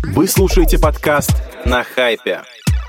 Вы слушаете подкаст «На хайпе».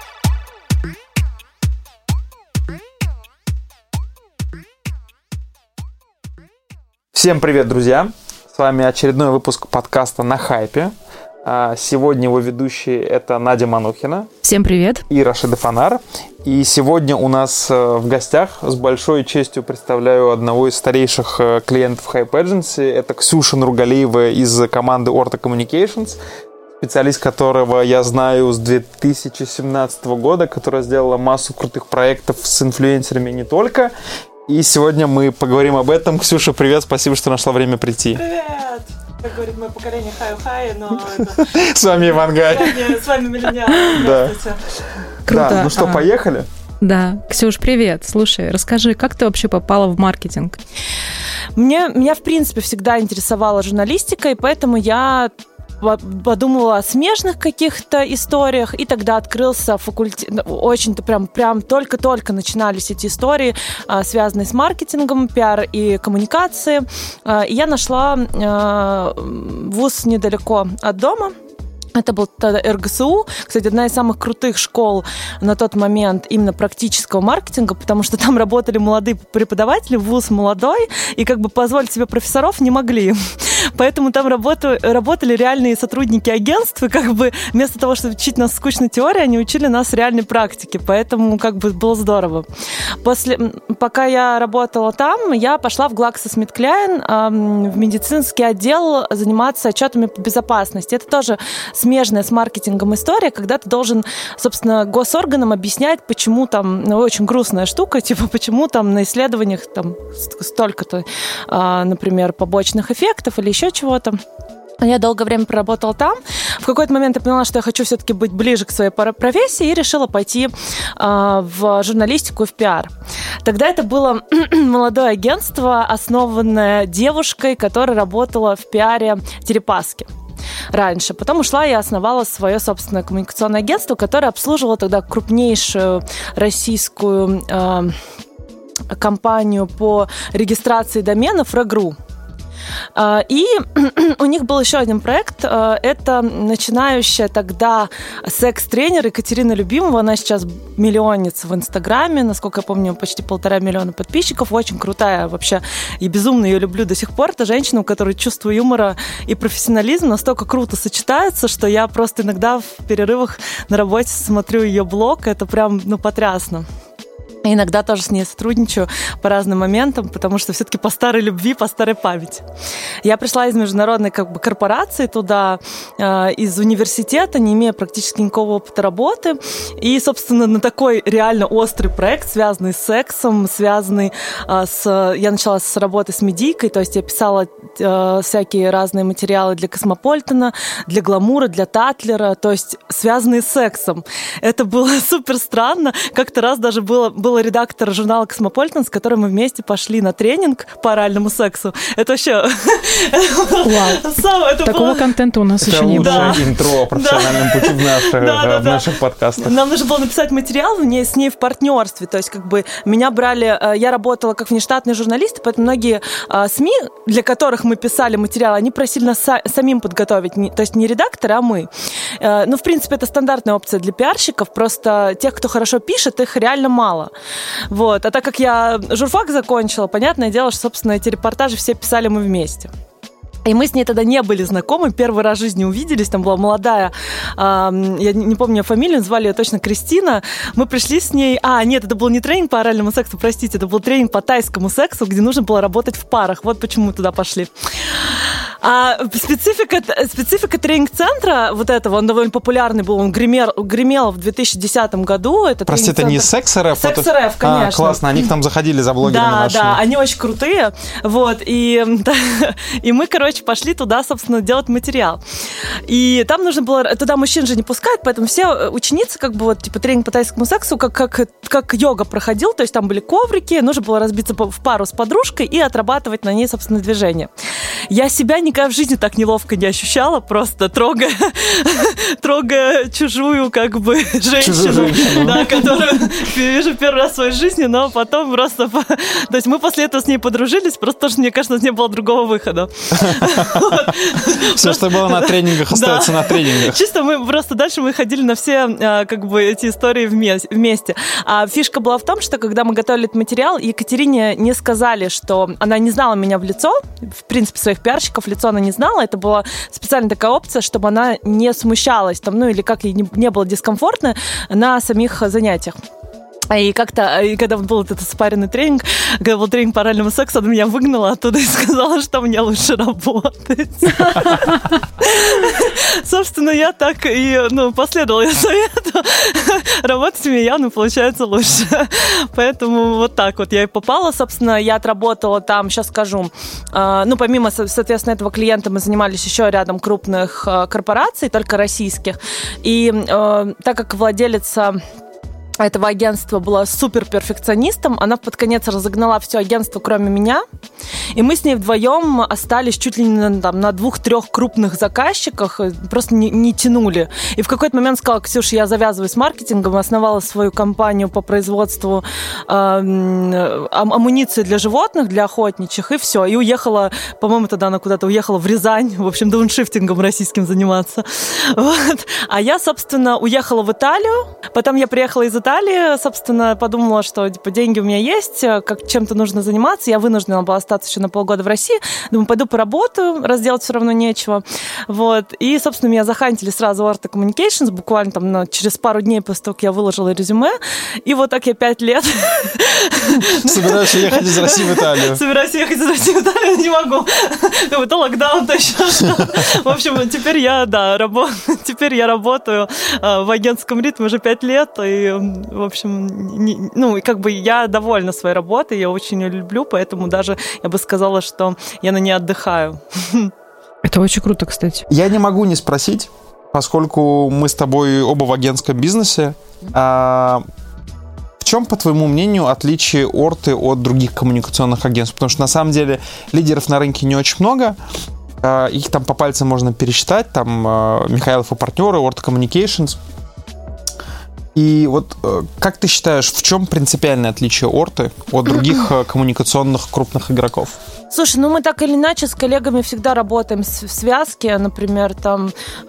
Всем привет, друзья! С вами очередной выпуск подкаста «На хайпе». Сегодня его ведущие — это Надя Манухина. Всем привет. И Рашида Фонар. И сегодня у нас в гостях с большой честью представляю одного из старейших клиентов Hype Agency. Это Ксюша Нургалиева из команды Orta Communications, специалист которого я знаю с 2017 года, которая сделала массу крутых проектов с инфлюенсерами и не только. И сегодня мы поговорим об этом. Ксюша, привет, спасибо, что нашла время прийти. Привет! Как говорит мое поколение, хай-хай, но... С вами Иван Гай. С вами Миллениал. Здравствуйте. Круто. Да, ну что, поехали? Да. Ксюш, привет. Слушай, расскажи, как ты вообще попала в маркетинг? Меня, в принципе, всегда интересовала журналистика, и поэтому я подумала о смежных каких-то историях, и тогда открылся факультет. Очень-то прям только-только начинались эти истории, связанные с маркетингом, пиар и коммуникации. И я нашла вуз недалеко от дома. Это был тогда РГСУ, кстати, одна из самых крутых школ на тот момент именно практического маркетинга, потому что там работали молодые преподаватели, вуз молодой, и как бы позволить себе профессоров не могли. Поэтому там работали реальные сотрудники агентств, и как бы вместо того, чтобы учить нас скучной теории, они учили нас реальной практике, поэтому как бы было здорово. Пока я работала там, я пошла в GlaxoSmithKline в медицинский отдел заниматься отчетами по безопасности. Это тоже смежная с маркетингом история, когда ты должен, собственно, госорганам объяснять, почему там, очень грустная штука, типа, почему там на исследованиях там столько-то, например, побочных эффектов или еще чего-то. Я долгое время проработала там. В какой-то момент я поняла, что я хочу все-таки быть ближе к своей профессии, и решила пойти в журналистику и в пиар. Тогда это было молодое агентство, основанное девушкой, которая работала в пиаре Дерипаски раньше. Потом ушла и основала свое собственное коммуникационное агентство, которое обслуживало тогда крупнейшую российскую компанию по регистрации доменов Регру. И у них был еще один проект. Это начинающая тогда секс-тренер Екатерина Любимова. Она сейчас миллионница в Инстаграме. Насколько я помню, почти 1,5 миллиона подписчиков. Очень крутая вообще. И безумно ее люблю до сих пор. Это женщина, у которой чувство юмора и профессионализм настолько круто сочетаются, что я просто иногда в перерывах на работе смотрю ее блог. Это прям, потрясно. И иногда тоже с ней сотрудничаю по разным моментам, потому что все-таки по старой любви, по старой памяти. Я пришла из международной корпорации туда, из университета, не имея практически никакого опыта работы. И, собственно, на такой реально острый проект, связанный с сексом, связанный Я начала с работы с медийкой, то есть я писала всякие разные материалы для Космополитена, для Гламура, для Татлера, то есть связанные с сексом. Это было супер странно. Как-то раз даже был редактор журнала «Космополитен», с которым мы вместе пошли на тренинг по оральному сексу. Это вообще... Такого контента у нас еще не было. Это лучшее интро о профессиональном пути в наших подкастах. Нам нужно было написать материал с ней в партнерстве. То есть как бы меня брали... Я работала как внештатный журналист, поэтому многие СМИ, для которых мы писали материал, они просили нас самим подготовить. То есть не редакторы, а мы. В принципе, это стандартная опция для пиарщиков. Просто тех, кто хорошо пишет, их реально мало. Вот. А так как я журфак закончила, понятное дело, что, собственно, эти репортажи все писали мы вместе. И мы с ней тогда не были знакомы, первый раз в жизни увиделись, там была молодая, я не помню ее фамилию, звали ее точно Кристина, мы пришли с ней, нет, это был не тренинг по оральному сексу, простите, это был тренинг по тайскому сексу, где нужно было работать в парах, вот почему мы туда пошли. Специфика тренинг-центра вот этого, он довольно популярный был, он гремел в 2010 году. Прости, это не Секс.РФ? Секс.РФ, конечно. Классно, они там заходили за блогерами нашими. Да, они очень крутые, вот, и мы, пошли туда, собственно, делать материал. И там нужно было, туда мужчин же не пускают, поэтому все ученицы, тренинг по тайскому сексу, как йога проходил, то есть там были коврики, нужно было разбиться в пару с подружкой и отрабатывать на ней, собственно, движение. Я себя никогда в жизни так неловко не ощущала, просто трогая чужую, как бы, женщину, да, которую вижу первый раз в своей жизни, но потом просто... То есть мы после этого с ней подружились, просто потому что, мне кажется, у нас не было другого выхода. Все, что было на тренингах, остается на тренингах. Чисто мы просто дальше мы ходили на все, как бы, эти истории вместе. А фишка была в том, что когда мы готовили этот материал, Екатерине не сказали, что она не знала меня в лицо, в принципе, своих пиарщиков в лицо она не знала, это была специально такая опция, чтобы она не смущалась, там, ну, или как ей не было дискомфортно на самих занятиях. И как-то, когда был этот спаренный тренинг, когда был тренинг по оральному сексу, она меня выгнала оттуда и сказала, что мне лучше работать. Собственно, я так и последовала ее совету. Работать мне явно получается лучше. Поэтому вот так вот я и попала. Собственно, я отработала там, сейчас скажу, помимо, соответственно, этого клиента мы занимались еще рядом крупных корпораций, только российских. И так как владелица этого агентства была супер-перфекционистом, она под конец разогнала все агентство, кроме меня, и мы с ней вдвоем остались чуть ли не на 2-3 крупных заказчиках, просто не тянули. И в какой-то момент сказала: Ксюша, я завязываю с маркетингом, основала свою компанию по производству амуниции для животных, для охотничьих, и все. И уехала, по-моему, тогда она куда-то уехала в Рязань, в общем, дауншифтингом российским заниматься. Вот. А я, собственно, уехала в Италию, потом я приехала из Италии, собственно, подумала, что деньги у меня есть, как чем-то нужно заниматься. Я вынуждена была остаться еще на полгода в России. Думаю, пойду поработаю, раз делать все равно нечего. Вот. И, собственно, меня захантили сразу в Orta Communications, буквально там через пару дней после того, как я выложила резюме. И вот так я 5 лет... Собираюсь ехать из России в Италию. Собираюсь ехать из России в Италию, не могу. То локдаун, то еще что-то. В общем, теперь я работаю в агентском ритме уже 5 лет, и в общем, как бы я довольна своей работой, я очень ее люблю, поэтому даже я бы сказала, что я на ней отдыхаю. Это очень круто, кстати. Я не могу не спросить, поскольку мы с тобой оба в агентском бизнесе, в чем, по твоему мнению, отличие Орты от других коммуникационных агентств? Потому что, на самом деле, лидеров на рынке не очень много, их там по пальцам можно пересчитать, там Михайлов и партнеры, Orta Communications. И вот как ты считаешь, в чем принципиальное отличие Орты от других коммуникационных крупных игроков? Слушай, мы так или иначе с коллегами всегда работаем в связке. Например, там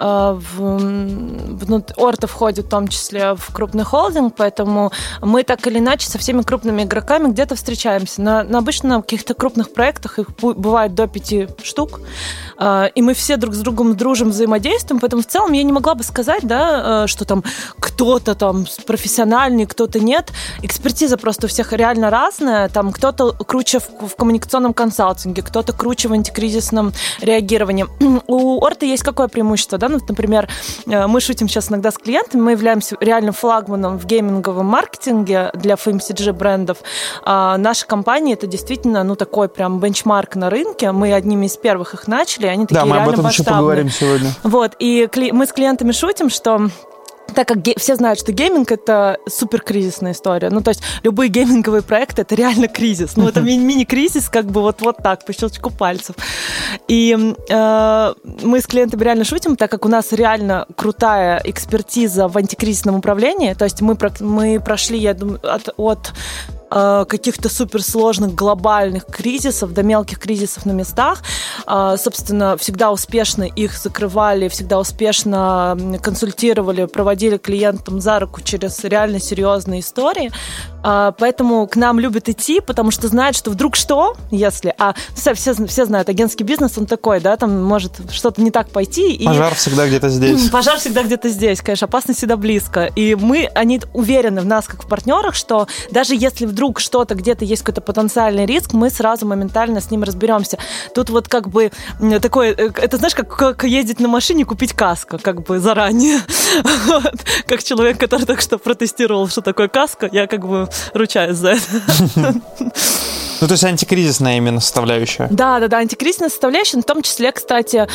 Орта входит в том числе в крупный холдинг, поэтому мы так или иначе со всеми крупными игроками где-то встречаемся. Обычно на каких-то крупных проектах их бывает до 5 штук, и мы все друг с другом дружим, взаимодействуем, поэтому в целом я не могла бы сказать, да, что там кто-то там профессиональный, кто-то нет. Экспертиза просто у всех реально разная. Там кто-то круче в коммуникационном консалтинге, кто-то круче в антикризисном реагировании. У Орты есть какое преимущество? Да? Например, мы шутим сейчас иногда с клиентами, мы являемся реальным флагманом в гейминговом маркетинге для FMCG-брендов. Наша компания — это действительно такой прям бенчмарк на рынке. Мы одними из первых их начали, они такие реально масштабные. Да, мы об этом еще поговорим сегодня. Вот, и мы с клиентами шутим, что так как все знают, что гейминг — это суперкризисная история. То есть любые гейминговые проекты — это реально кризис. Это мини-кризис, как бы вот так, по щелчку пальцев. И мы с клиентами реально шутим, так как у нас реально крутая экспертиза в антикризисном управлении. То есть мы прошли, я думаю, от каких-то суперсложных глобальных кризисов до мелких кризисов на местах. Собственно, всегда успешно их закрывали, всегда успешно консультировали, проводили клиентам за руку через реально серьезные истории. Поэтому к нам любят идти, потому что знают, что вдруг что, если... все знают, агентский бизнес, он такой, да, там может что-то не так пойти. Пожар всегда где-то здесь. Пожар всегда где-то здесь, конечно, опасность всегда близко. И они уверены в нас, как в партнерах, что даже если вдруг что-то, где-то есть какой-то потенциальный риск, мы сразу моментально с ним разберемся. Тут вот как бы такое... Это знаешь, как ездить на машине, купить каско, как бы заранее. Вот. Как человек, который только что протестировал, что такое каско, я как бы ручаюсь за это. Ну, то есть антикризисная именно составляющая. Да, антикризисная составляющая, в том числе, кстати,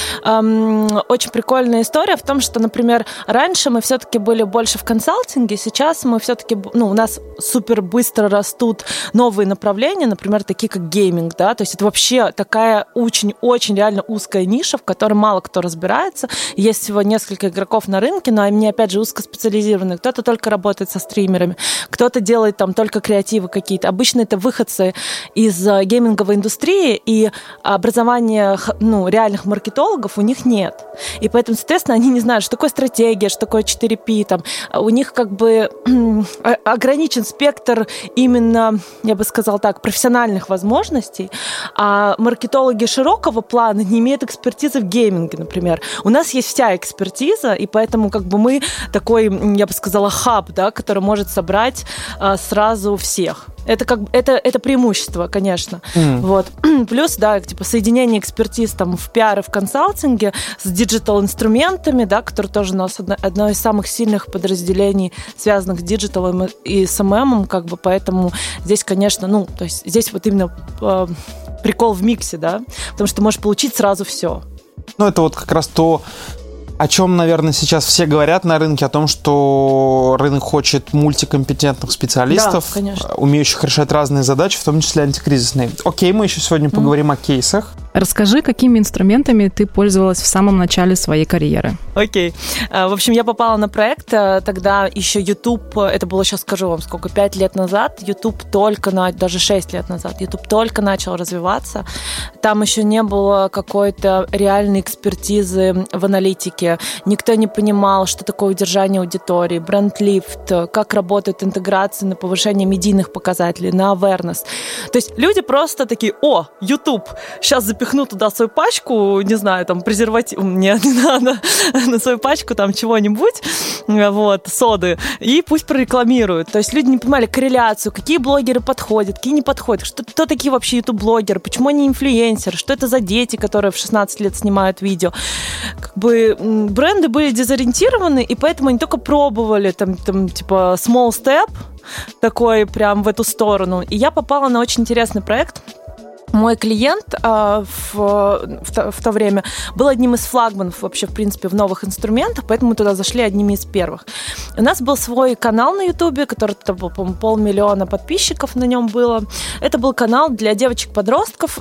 очень прикольная история в том, что, например, раньше мы все-таки были больше в консалтинге, сейчас мы все-таки, у нас супер быстро растут новые направления, например, такие как гейминг, да, то есть это вообще такая очень-очень реально узкая ниша, в которой мало кто разбирается. Есть всего несколько игроков на рынке, но они, опять же, узкоспециализированные. Кто-то только работает со стримерами, кто-то делает там только креативы какие-то. Обычно это выходцы из гейминговой индустрии, и образования реальных маркетологов у них нет. И поэтому, соответственно, они не знают, что такое стратегия, что такое 4P. Там. У них как бы ограничен спектр именно, я бы сказала так, профессиональных возможностей, а маркетологи широкого плана не имеют экспертизы в гейминге, например. У нас есть вся экспертиза, и поэтому как бы мы такой, я бы сказала, хаб, да, который может собрать сразу всех. Это преимущество, конечно. Вот. Плюс, да, типа соединение экспертиз там в пиар и в консалтинге с диджитал-инструментами, да, которые тоже у нас одно из самых сильных подразделений, связанных с диджиталом и с ММом, как бы, поэтому здесь, конечно, то есть здесь вот именно прикол в миксе, да, потому что ты можешь получить сразу все. Это вот как раз то, о чем, наверное, сейчас все говорят на рынке, о том, что рынок хочет мультикомпетентных специалистов, да, умеющих решать разные задачи, в том числе антикризисные. Окей, мы еще сегодня поговорим о кейсах. Расскажи, какими инструментами ты пользовалась в самом начале своей карьеры? Окей. В общем, я попала на проект, тогда еще YouTube, это было, сейчас скажу вам, сколько, 5 лет назад, YouTube даже 6 лет назад, YouTube только начал развиваться. Там еще не было какой-то реальной экспертизы в аналитике. Никто не понимал, что такое удержание аудитории, бренд-лифт, как работают интеграции на повышение медийных показателей, на awareness. То есть люди просто такие: о, YouTube, сейчас запихну туда свою пачку, не знаю, там, презерватив, мне не надо, на свою пачку там чего-нибудь, вот, соды, и пусть прорекламируют. То есть люди не понимали корреляцию, какие блогеры подходят, какие не подходят, кто такие вообще YouTube-блогеры, почему они инфлюенсеры, что это за дети, которые в 16 лет снимают видео. Как бы бренды были дезориентированы, и поэтому они только пробовали там типа small step, такой прям в эту сторону. И я попала на очень интересный проект. Мой клиент в то время был одним из флагманов вообще, в принципе, в новых инструментах, поэтому мы туда зашли одними из первых. У нас был свой канал на Ютубе, который, по-моему, 500 000 подписчиков на нем было. Это был канал для девочек-подростков,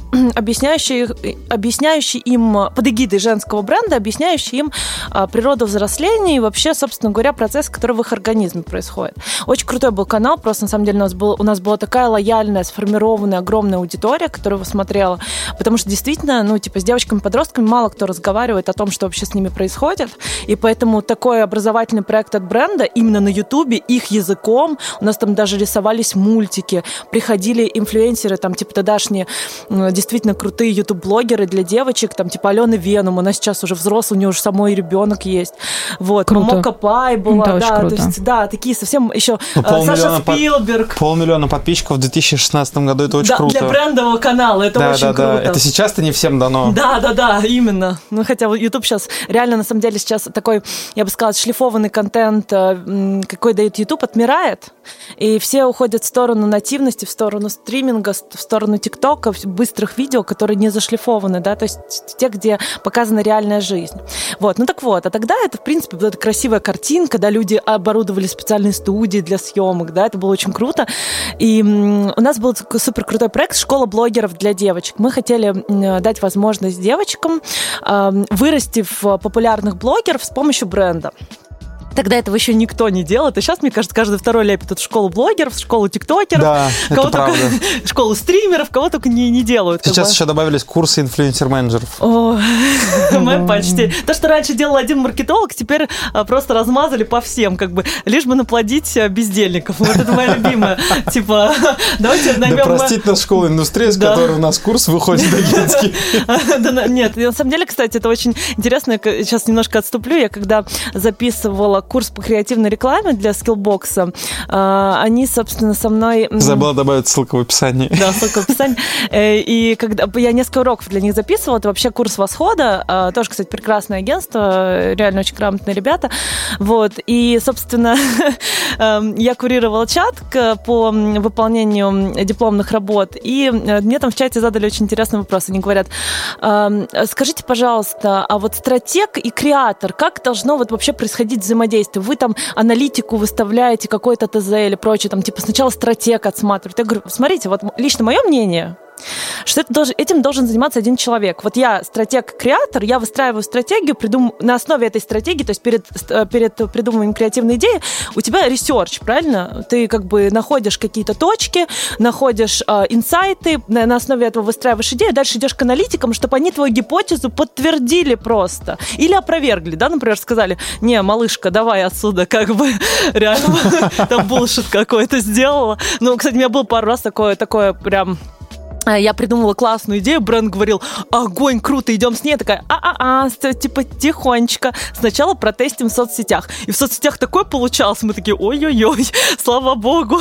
объясняющий им, под эгидой женского бренда, объясняющий им природу взросления и вообще, собственно говоря, процесс, который в их организме происходит. Очень крутой был канал, просто на самом деле у нас была такая лояльная, сформированная, огромная аудитория, которая его смотрела, потому что действительно, с девочками-подростками мало кто разговаривает о том, что вообще с ними происходит, и поэтому такой образовательный проект от бренда именно на Ютубе, их языком, у нас там даже рисовались мультики, приходили инфлюенсеры, там, тогдашние действительно крутые ютуб-блогеры для девочек, там, Алена Венум, она сейчас уже взрослая, у нее уже самой ребенок есть, вот, Мока Пай была, да, то есть, да, такие совсем еще Саша Спилберг. 500 000 подписчиков в 2016 году, это очень круто. Для брендового канала это очень круто. Да. Это сейчас-то не всем дано. Да, именно. Хотя YouTube сейчас реально, на самом деле, сейчас такой, я бы сказала, шлифованный контент, какой дает YouTube, отмирает. И все уходят в сторону нативности, в сторону стриминга, в сторону ТикТока, быстрых видео, которые не зашлифованы, да, то есть те, где показана реальная жизнь. Вот, а тогда это, в принципе, была красивая картинка, да, люди оборудовали специальные студии для съемок, да, это было очень круто. И у нас был супер крутой проект «Школа блогеров для девочек». Мы хотели дать возможность девочкам вырасти в популярных блогеров с помощью бренда. Тогда этого еще никто не делал. И сейчас, мне кажется, каждый второй лепит эту школу блогеров, школу тиктокеров, да, кого только, школу стримеров, кого только не делают. Сейчас еще добавились курсы инфлюенсер-менеджеров. Мы почти. То, что раньше делал один маркетолог, теперь просто размазали по всем, лишь бы наплодить бездельников. Вот это моя любимая. Давайте наймем... Да простить нас школа индустрии, с которой у нас курс выходит агентский. Нет, на самом деле, кстати, это очень интересно. Я сейчас немножко отступлю. Я когда записывала курс по креативной рекламе для Skillbox. Они, собственно, со мной... Забыла добавить ссылку в описании. Да, ссылка в описании. И когда я несколько уроков для них записывала, это вообще курс Восхода, тоже, кстати, прекрасное агентство, реально очень грамотные ребята. Вот. И, собственно, я курировала чат по выполнению дипломных работ, и мне там в чате задали очень интересный вопрос. Они говорят: скажите, пожалуйста, а вот стратег и креатор, как должно вот вообще происходить взаимодействие? Вы там аналитику выставляете, какой-то ТЗ или прочее, там типа сначала стратег отсматривает. Я говорю, смотрите, вот лично мое мнение, что этим должен заниматься один человек. Вот я стратег-креатор, я выстраиваю стратегию, на основе этой стратегии, то есть перед придумыванием креативной идеи, у тебя ресерч, правильно? Ты как бы находишь какие-то точки, находишь инсайты, на основе этого выстраиваешь идею, дальше идешь к аналитикам, чтобы они твою гипотезу подтвердили просто. Или опровергли, да, например, сказали: не, малышка, давай отсюда, как бы реально там булшит какой-то сделала. Ну, кстати, у меня было пару раз такое прям... Я придумала классную идею, бренд говорил: огонь, круто, идем с ней. Я такая: типа тихонечко. Сначала протестим в соцсетях. И в соцсетях такое получалось. Мы такие: ой-ой-ой, слава богу,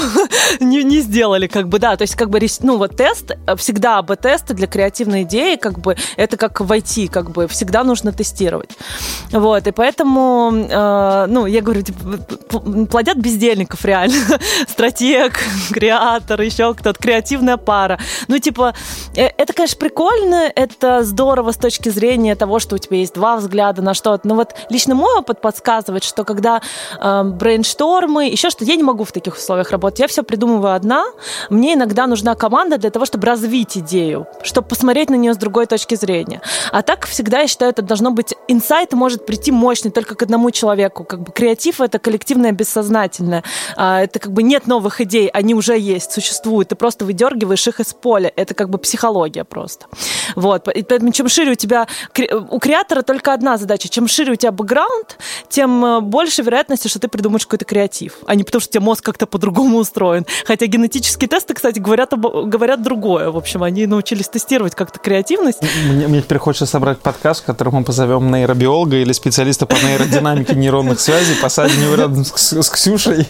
не сделали, как бы, да. То есть, как бы, ну, вот тест, всегда АБ-тесты для креативной идеи, как бы, это как в IT, как бы, всегда нужно тестировать. Вот, и поэтому, ну, я говорю, типа, плодят бездельников реально. Стратег, креатор, еще кто-то, креативная пара. Ну, типа, это, конечно, прикольно, это здорово с точки зрения того, что у тебя есть два взгляда на что-то. Но вот лично мой опыт подсказывает, что когда брейнштормы, еще что, я не могу в таких условиях работать. Я все придумываю одна. Мне иногда нужна команда для того, чтобы развить идею, чтобы посмотреть на нее с другой точки зрения. А так всегда, я считаю, это должно быть... Инсайт может прийти мощный только к одному человеку. Как бы креатив — это коллективное бессознательное. Это как бы нет новых идей, они уже есть, существуют. Ты просто выдергиваешь их из поля. Это как бы психология просто. Вот. И поэтому чем шире у тебя... У креатора только одна задача. Чем шире у тебя бэкграунд, тем больше вероятности, что ты придумаешь какой-то креатив. А не потому, что у тебя мозг как-то по-другому устроен. Хотя генетические тесты, кстати, говорят другое. В общем, они научились тестировать как-то креативность. Мне теперь хочется собрать подкаст, в котором мы позовем нейробиолога или специалиста по нейродинамике нейронных связей, посадим его рядом с Ксюшей.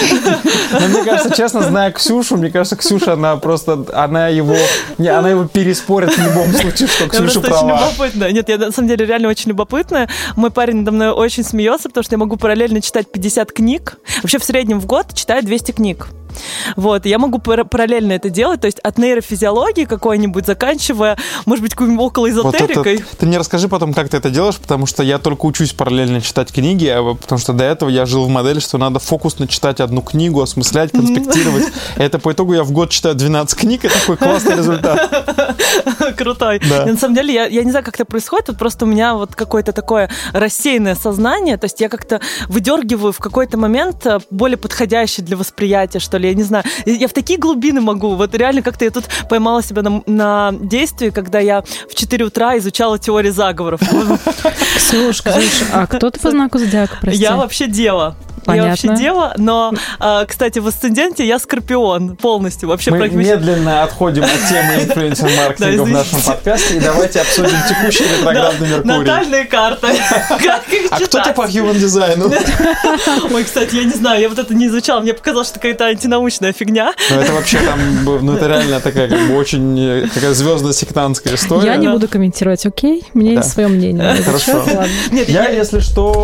Но мне кажется, честно, зная Ксюшу, мне кажется, Ксюша, она его переспорит в любом случае, что Ксюша права. Очень любопытная. Нет, я на самом деле реально очень любопытная. Мой парень надо мной очень смеется, потому что я могу параллельно читать 50 книг. Вообще в среднем в год читаю 200 книг. Вот, я могу параллельно это делать, то есть от нейрофизиологии какой-нибудь, заканчивая, может быть, какой-нибудь околоэзотерикой. Вот ты мне расскажи потом, как ты это делаешь, потому что я только учусь параллельно читать книги, потому что до этого я жил в модели, что надо фокусно читать одну книгу, осмыслять, конспектировать. Это по итогу я в год читаю 12 книг, и такой классный результат. Крутой. На самом деле, я не знаю, как это происходит, вот просто у меня вот какое-то такое рассеянное сознание, то есть я как-то выдергиваю в какой-то момент более подходящий для восприятия, что ли, я не знаю. Я в такие глубины могу. Вот реально как-то я тут поймала себя на действии, когда я в 4 утра изучала теорию заговоров. Ксюша, а кто ты по знаку зодиака, прости? Я вообще дева. Понятно. Я вообще дева, но, кстати, в асценденте я скорпион полностью. Вообще, мы медленно отходим от темы инфлюенсер-маркетинга в нашем подкасте, и давайте обсудим текущий ретроградный Меркурий. Натальные карты. А кто ты по human дизайну? Ой, кстати, я не знаю, я вот это не изучала, мне показалось, что какая-то антинаучная фигня. Ну, это вообще там, ну, это реально такая, как бы, очень такая звездно-сектантская история. Я не буду комментировать, окей? У меня есть свое мнение. Хорошо. Я, если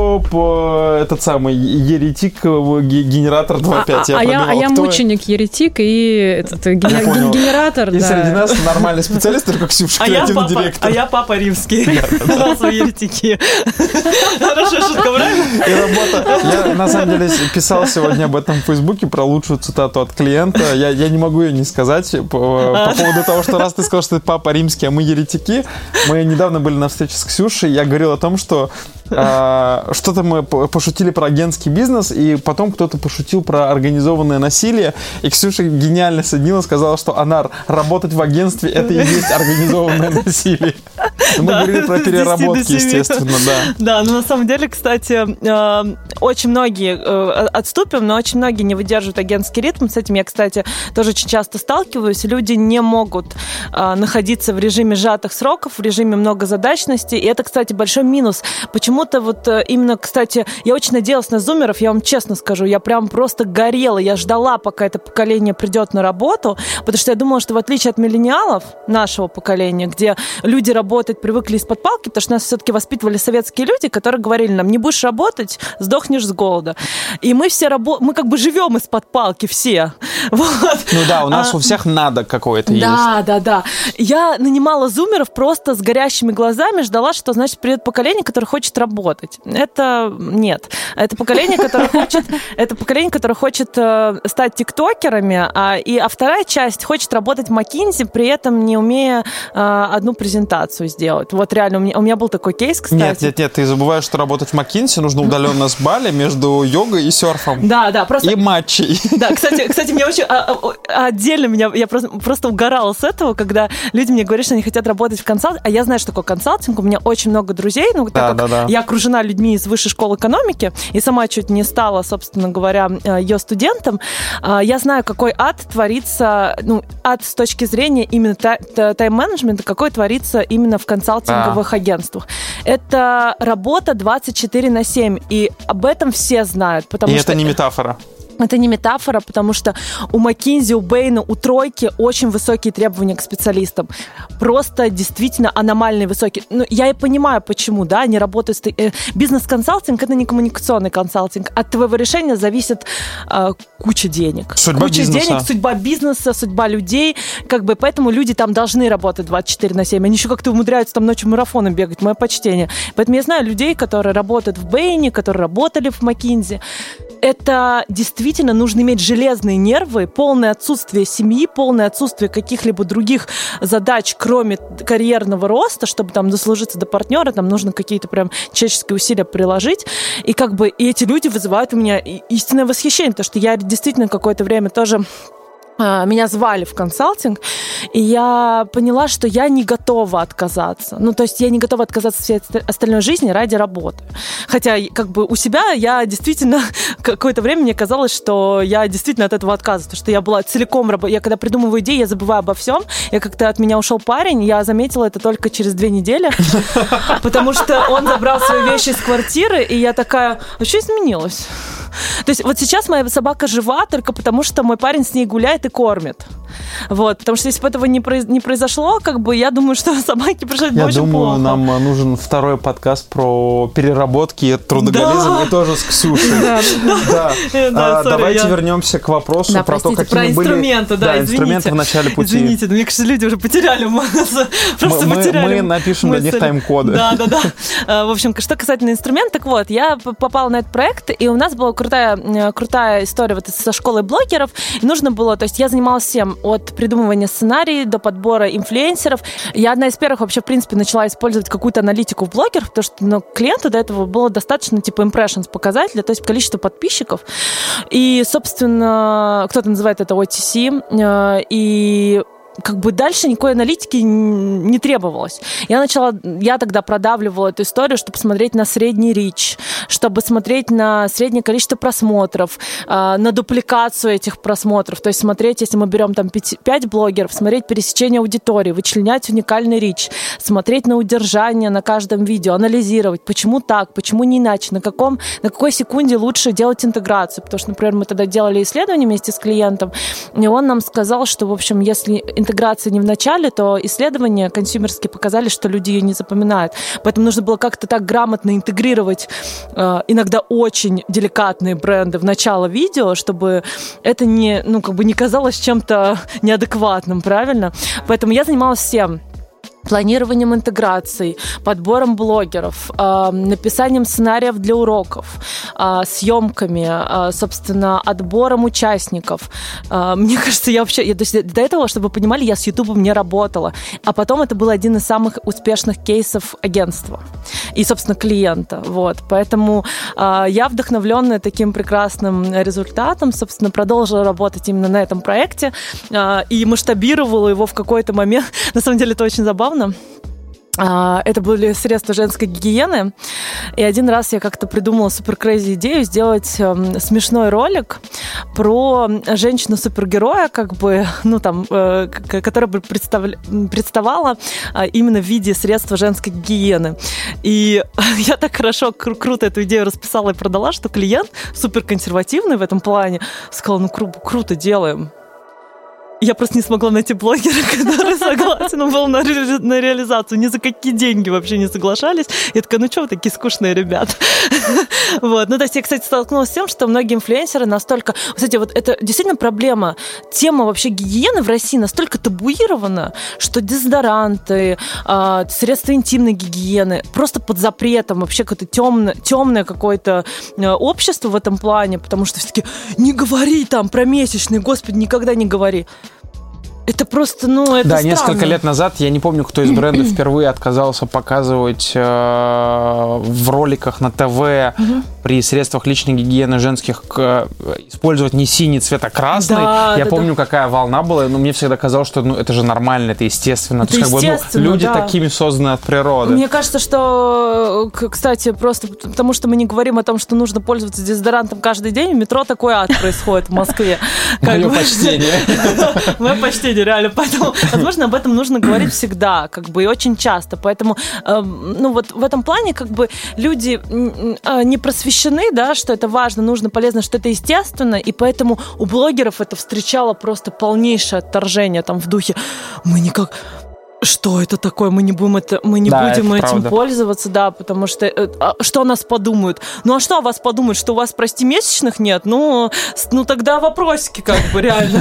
что, этот самый еретик, генератор 2.5. А я мученик, еретик и генератор. И среди нас нормальный специалист, только Ксюша, креативный директор. А я папа римский. Раз вы еретики. Хорошая шутка, правильно? И работа. Я, на самом деле, писал сегодня об этом в Фейсбуке, про лучшую цитату от клиента. Я не могу ее не сказать по поводу того, что раз ты сказал, что ты папа римский, а мы еретики. Мы недавно были на встрече с Ксюшей, я говорил о том, что что-то мы пошутили про агентский бизнес, и потом кто-то пошутил про организованное насилие, и Ксюша гениально соединила, сказала, что Анар, работать в агентстве — это и есть организованное насилие. Мы говорили про переработки, естественно, да. Да, но на самом деле, кстати, очень многие, отступим, но очень многие не выдерживают агентский ритм. С этим я, кстати, тоже очень часто сталкиваюсь. Люди не могут находиться в режиме сжатых сроков, в режиме многозадачности, и это, кстати, большой минус. Почему почему-то вот именно, кстати, я очень надеялась на зумеров, я вам честно скажу, я прям просто горела, я ждала, пока это поколение придет на работу, потому что я думала, что в отличие от миллениалов нашего поколения, где люди работать привыкли из-под палки, потому что нас все-таки воспитывали советские люди, которые говорили нам, не будешь работать, сдохнешь с голода. И мы все мы как бы живем из-под палки все. Вот. Ну да, у нас у всех надо какое-то есть. Да. Я нанимала зумеров просто с горящими глазами, ждала, что, значит, придет поколение, которое хочет работать. Это нет. Это поколение, которое хочет стать тиктокерами, а вторая часть хочет работать в McKinsey, при этом не умея одну презентацию сделать. Вот реально, у меня был такой кейс, кстати. Нет, ты забываешь, что работать в McKinsey нужно удаленно с Бали между йогой и серфом. Да, просто... И матчей. Да, кстати, мне очень... Отдельно я просто угорала с этого, когда люди мне говорят, что они хотят работать в консалтинге, а я знаю, что такое консалтинг, у меня очень много друзей, я окружена людьми из высшей школы экономики, и сама чуть не стала, собственно говоря, ее студентом, я знаю, какой ад творится, ад с точки зрения именно тайм-менеджмента, какой творится именно в консалтинговых агентствах. Это работа 24/7, и об этом все знают. И это не метафора. Это не метафора, потому что у McKinsey, у Bain, у Тройки очень высокие требования к специалистам. Просто действительно аномальные высокие. Я и понимаю, почему, да, они работают... Бизнес-консалтинг — это не коммуникационный консалтинг. От твоего решения зависит куча денег. Судьба бизнеса, судьба людей. Поэтому люди там должны работать 24/7. Они еще как-то умудряются там ночью марафоном бегать. Мое почтение. Поэтому я знаю людей, которые работают в Bain, которые работали в McKinsey. Это действительно нужно иметь железные нервы, полное отсутствие семьи, полное отсутствие каких-либо других задач, кроме карьерного роста, чтобы там дослужиться до партнера, там нужно какие-то прям человеческие усилия приложить. И и эти люди вызывают у меня истинное восхищение, потому что я действительно какое-то время тоже... Меня звали в консалтинг, и я поняла, что я не готова отказаться. То есть я не готова отказаться от всей остальной жизни ради работы. Хотя у себя я действительно... Какое-то время мне казалось, что я действительно от этого отказываюсь, потому что я была целиком... Я когда придумываю идеи, я забываю обо всем. Как-то от меня ушел парень, я заметила это только через 2 недели, потому что он забрал свои вещи из квартиры, и я такая, а что изменилось? То есть вот сейчас моя собака жива только потому, что мой парень с ней гуляет и кормит. Вот, потому что если бы этого не произошло, я думаю, что собаке пришлось бы очень плохо. Я думаю, нам нужен второй подкаст про переработки и трудоголизм, и тоже с Ксюшей. Давайте вернемся к вопросу про то, какими были инструменты в начале пути. Извините, мне кажется, люди уже потеряли просто потеряли. Мы напишем для них тайм-коды. Да. В общем, что касательно инструмента, так вот, я попала на этот проект, и у нас была крутая история со школой блогеров, и нужно было, то есть я занималась всем, от придумывания сценариев до подбора инфлюенсеров. Я одна из первых вообще, в принципе, начала использовать какую-то аналитику в блогерах, потому что клиенту до этого было достаточно impressions показателя, то есть количество подписчиков. И, собственно, кто-то называет это OTC, и дальше никакой аналитики не требовалось. Я тогда продавливала эту историю, чтобы смотреть на средний рич, чтобы смотреть на среднее количество просмотров, на дупликацию этих просмотров. То есть смотреть, если мы берем там 5 блогеров, смотреть пересечение аудитории, вычленять уникальный рич, смотреть на удержание на каждом видео, анализировать, почему так, почему не иначе, на какой секунде лучше делать интеграцию. Потому что, например, мы тогда делали исследование вместе с клиентом, и он нам сказал, что, в общем, если интеграция не в начале, то исследования консюмерские показали, что люди ее не запоминают. Поэтому нужно было как-то так грамотно интегрировать иногда очень деликатные бренды в начало видео, чтобы это не казалось чем-то неадекватным, правильно? Поэтому я занималась всем. Планированием интеграций, подбором блогеров, написанием сценариев для уроков, съемками, собственно, отбором участников. Мне кажется, до этого, чтобы вы понимали, я с Ютубом не работала. А потом это был один из самых успешных кейсов агентства и, собственно, клиента. Вот. Поэтому я, вдохновленная таким прекрасным результатом, собственно, продолжила работать именно на этом проекте и масштабировала его в какой-то момент. На самом деле это очень забавно. Это были средства женской гигиены. И один раз я как-то придумала супер-крейзи идею сделать смешной ролик про женщину-супергероя, как бы, которая бы представала именно в виде средства женской гигиены. И я так хорошо, круто эту идею расписала и продала, что клиент суперконсервативный в этом плане сказал, круто, делаем. Я просто не смогла найти блогера, который согласен был на реализацию. Ни за какие деньги вообще не соглашались. Я такая, что вы такие скучные ребята? Вот. То есть я, кстати, столкнулась с тем, что многие инфлюенсеры настолько... Кстати, вот это действительно проблема. Тема вообще гигиены в России настолько табуирована, что дезодоранты, средства интимной гигиены просто под запретом. Вообще какое-то темное какое-то общество в этом плане, потому что все-таки не говори там про месячные, господи, никогда не говори. Это просто, это да, странно. Несколько лет назад, я не помню, кто из брендов впервые отказался показывать в роликах на ТВ при средствах личной гигиены женских использовать не синий цвет, а красный. Я помню, какая волна была, но мне всегда казалось, что это же нормально, это естественно. Это естественно, люди такими созданы от природы. Мне кажется, что, кстати, просто потому что мы не говорим о том, что нужно пользоваться дезодорантом каждый день, в метро такой ад происходит в Москве. Мое почтение. Мое почтение, реально. Поэтому, возможно, об этом нужно говорить всегда, и очень часто. Поэтому, вот в этом плане, люди не просвещены, да, что это важно, нужно, полезно, что это естественно, и поэтому у блогеров это встречало просто полнейшее отторжение там в духе что это такое, мы не будем этим пользоваться, да, потому что что о нас подумают? А что о вас подумают, что у вас, прости, месячных нет? Тогда вопросики, реально.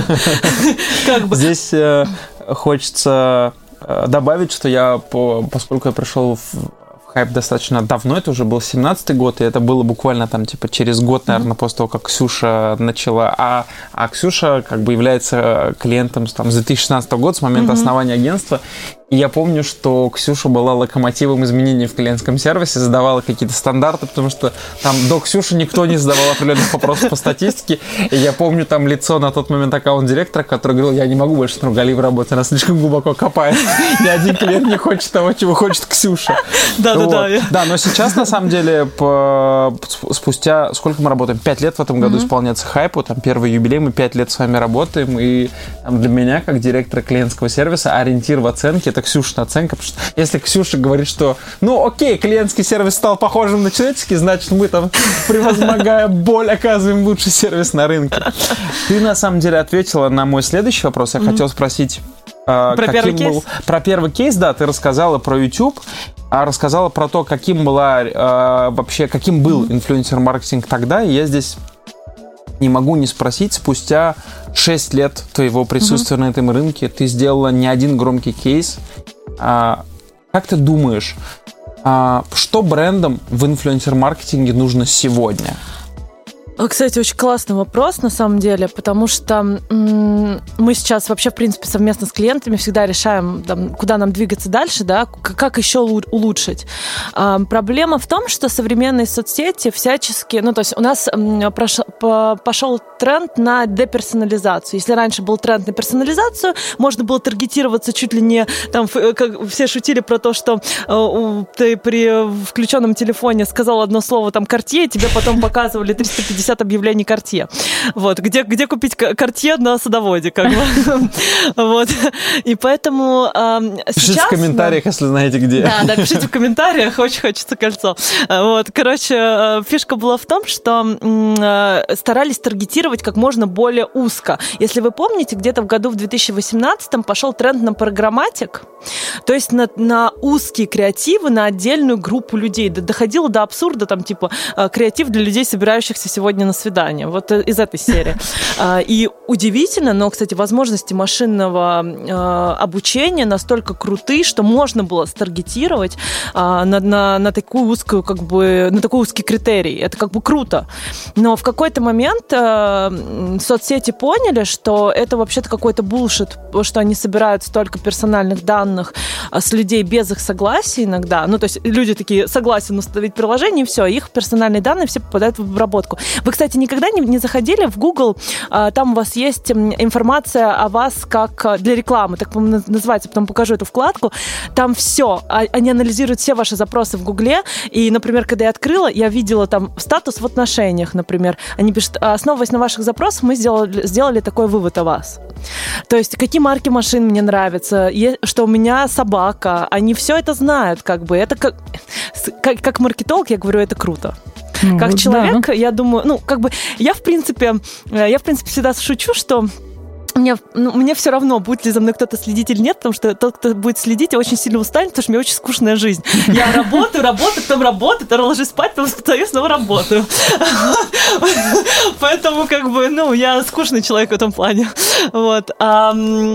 Здесь хочется добавить, что поскольку я пришел в Хайп достаточно давно, это уже был 17-й год, и это было буквально через год, наверное, после того, как Ксюша начала. А Ксюша является клиентом с 2016 года, с момента основания агентства. И я помню, что Ксюша была локомотивом изменений в клиентском сервисе, задавала какие-то стандарты, потому что там до Ксюши никто не задавал определенных вопросов по статистике. И я помню там лицо на тот момент аккаунт-директора, который говорил, я не могу больше с Нургалиевой работать, она слишком глубоко копает. Ни один клиент не хочет того, чего хочет Ксюша. Да. Да, но сейчас, на самом деле, спустя, сколько мы работаем? 5 лет в этом году исполняется Хайпу, там первый юбилей, мы 5 лет с вами работаем, и для меня, как директора клиентского сервиса, ориентир в оценке — это Ксюшина оценка, потому что если Ксюша говорит, что, окей, клиентский сервис стал похожим на человеческий, значит, мы там, превозмогая боль, оказываем лучший сервис на рынке. Ты, на самом деле, ответила на мой следующий вопрос. Я хотел спросить, про первый кейс? Про первый кейс, да, ты рассказала про YouTube, рассказала про то, каким был инфлюенсер-маркетинг тогда, и я здесь не могу не спросить, спустя 6 лет твоего присутствия на этом рынке ты сделала не один громкий кейс. Как ты думаешь, что брендам в инфлюенсер-маркетинге нужно сегодня? Кстати, очень классный вопрос, на самом деле, потому что мы сейчас вообще, в принципе, совместно с клиентами всегда решаем, куда нам двигаться дальше, да, как еще улучшить. Проблема в том, что современные соцсети всячески... то есть у нас пошел тренд на деперсонализацию. Если раньше был тренд на персонализацию, можно было таргетироваться чуть ли не... как все шутили про то, что ты при включенном телефоне сказал одно слово, Cartier, и тебе потом показывали 350 объявлений Cartier. Вот. Где купить Cartier на Садоводе, Вот. И поэтому пишите в комментариях, если знаете где. Да, пишите в комментариях, очень хочется кольцо. Вот. Короче, фишка была в том, что старались таргетировать как можно более узко. Если вы помните, где-то в году в 2018 пошел тренд на программатик, то есть на узкие креативы, на отдельную группу людей. Доходило до абсурда, креатив для людей, собирающихся сегодня на свидание. Вот из этой серии. И удивительно, но, кстати, возможности машинного обучения настолько крутые, что можно было старгетировать на такую узкую, на такой узкий критерий. Это круто. Но в какой-то момент соцсети поняли, что это вообще-то какой-то булшит, что они собирают столько персональных данных с людей без их согласия иногда. То есть люди такие согласен установить приложение, и все, их персональные данные все попадают в обработку. Вы, кстати, никогда не заходили в Google, там у вас есть информация о вас как для рекламы, так, по-моему, называется, потом покажу эту вкладку, там все, они анализируют все ваши запросы в Гугле, и, например, когда я открыла, я видела там статус в отношениях, например, они пишут, основываясь на ваших запросах, мы сделали такой вывод о вас. То есть, какие марки машин мне нравятся, что у меня собака, они все это знают, как бы, это как маркетолог, я говорю, это круто. Как человек, я думаю, я в принципе всегда шучу, что мне все равно, будет ли за мной кто-то следить или нет, потому что тот, кто будет следить, очень сильно устанет, потому что у меня очень скучная жизнь. Я работаю, потом работаю, потом ложусь спать, потом встаю, снова работаю. Поэтому, я скучный человек в этом плане. Вот. Я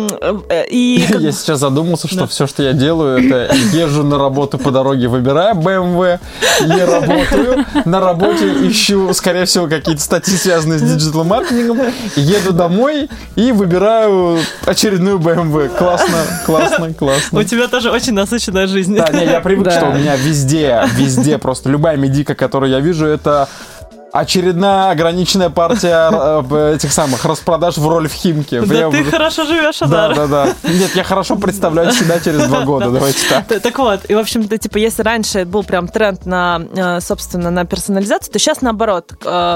сейчас задумался, что все, что я делаю, это езжу на работу по дороге, выбираю BMW, я работаю, на работе ищу, скорее всего, какие-то статьи, связанные с диджитал-маркетингом, еду домой и выбираю очередную BMW. Классно. У тебя тоже очень насыщенная жизнь. Да, я привык, что у меня везде просто любая медика, которую я вижу, это очередная ограниченная партия этих самых распродаж в роль в Химке. Да, ты хорошо живешь, Азар. Да. Нет, я хорошо представляю себя через 2 года, давайте так. Так вот, и, в общем-то, если раньше был прям тренд на, собственно, на персонализацию, то сейчас, наоборот,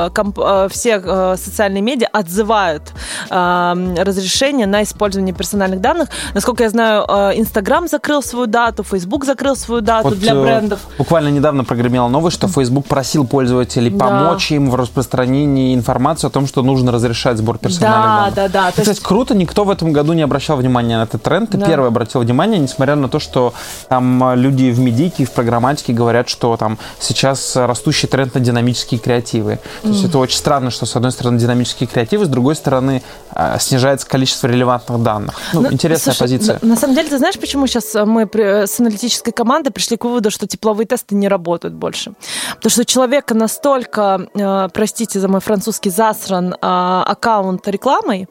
все социальные медиа отзывают разрешение на использование персональных данных. Насколько я знаю, Инстаграм закрыл свою дату, Фейсбук закрыл свою дату для брендов. Буквально недавно прогремела новость, что Фейсбук просил пользователей помочь им в распространении информации о том, что нужно разрешать сбор персональных данных. Да. Кстати, круто, никто в этом году не обращал внимания на этот тренд. Ты первый обратил внимание, несмотря на то, что там люди в медике и в программатике говорят, что там сейчас растущий тренд на динамические креативы. То есть это очень странно, что с одной стороны динамические креативы, с другой стороны снижается количество релевантных данных. Интересная позиция. На самом деле, ты знаешь, почему сейчас мы с аналитической командой пришли к выводу, что тепловые тесты не работают больше? Потому что у человека настолько, простите за мой французский, засран аккаунт рекламой,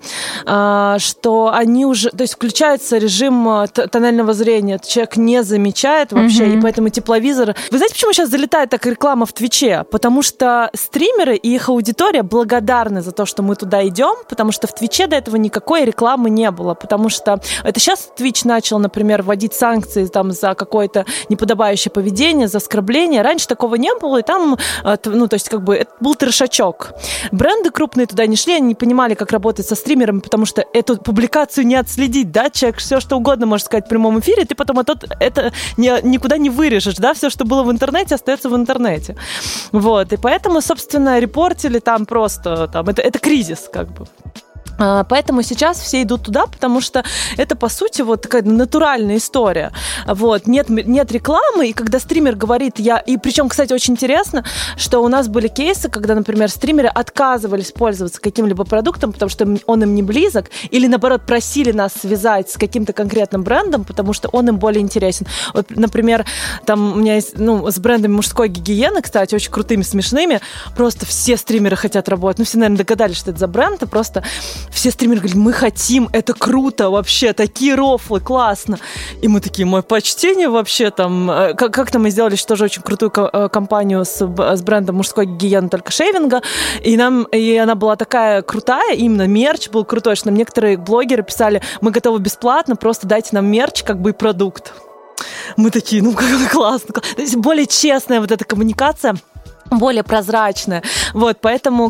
что они уже, то есть включается режим тоннельного зрения, человек не замечает вообще, и поэтому тепловизор... Вы знаете, почему сейчас залетает так реклама в Твиче? Потому что стримеры и их аудитория благодарны за то, что мы туда идем, потому что в Твиче до этого никакой рекламы не было, потому что это сейчас Твич начал, например, вводить санкции там за какое-то неподобающее поведение, за оскорбление. Раньше такого не было, и там, это был трешачок. Бренды крупные туда не шли, они не понимали, как работать со стримерами, потому что эту публикацию не отследить, да, человек все что угодно может сказать в прямом эфире, ты потом это никуда не вырежешь, да, все, что было в интернете, остается в интернете. Вот, и поэтому, собственно, репортили там просто, это кризис, как бы. Поэтому сейчас все идут туда, потому что это, по сути, вот такая натуральная история. Вот. Нет рекламы, и когда стример говорит, и причем, кстати, очень интересно, что у нас были кейсы, когда, например, стримеры отказывались пользоваться каким-либо продуктом, потому что он им не близок, или, наоборот, просили нас связать с каким-то конкретным брендом, потому что он им более интересен. Вот, например, там у меня есть, с брендами мужской гигиены, кстати, очень крутыми, смешными, просто все стримеры хотят работать. Все, наверное, догадались, что это за бренд, и просто все стримеры говорят, мы хотим, это круто вообще, такие рофлы, классно. И мы такие, мое почтение вообще там. Как-то мы сделали тоже очень крутую кампанию с брендом мужской гигиены, только шейвинга, и она была такая крутая, именно мерч был крутой, что нам некоторые блогеры писали, мы готовы бесплатно, просто дайте нам мерч, как бы и продукт. Мы такие, классно. То есть более честная вот эта коммуникация, более прозрачная. Вот, поэтому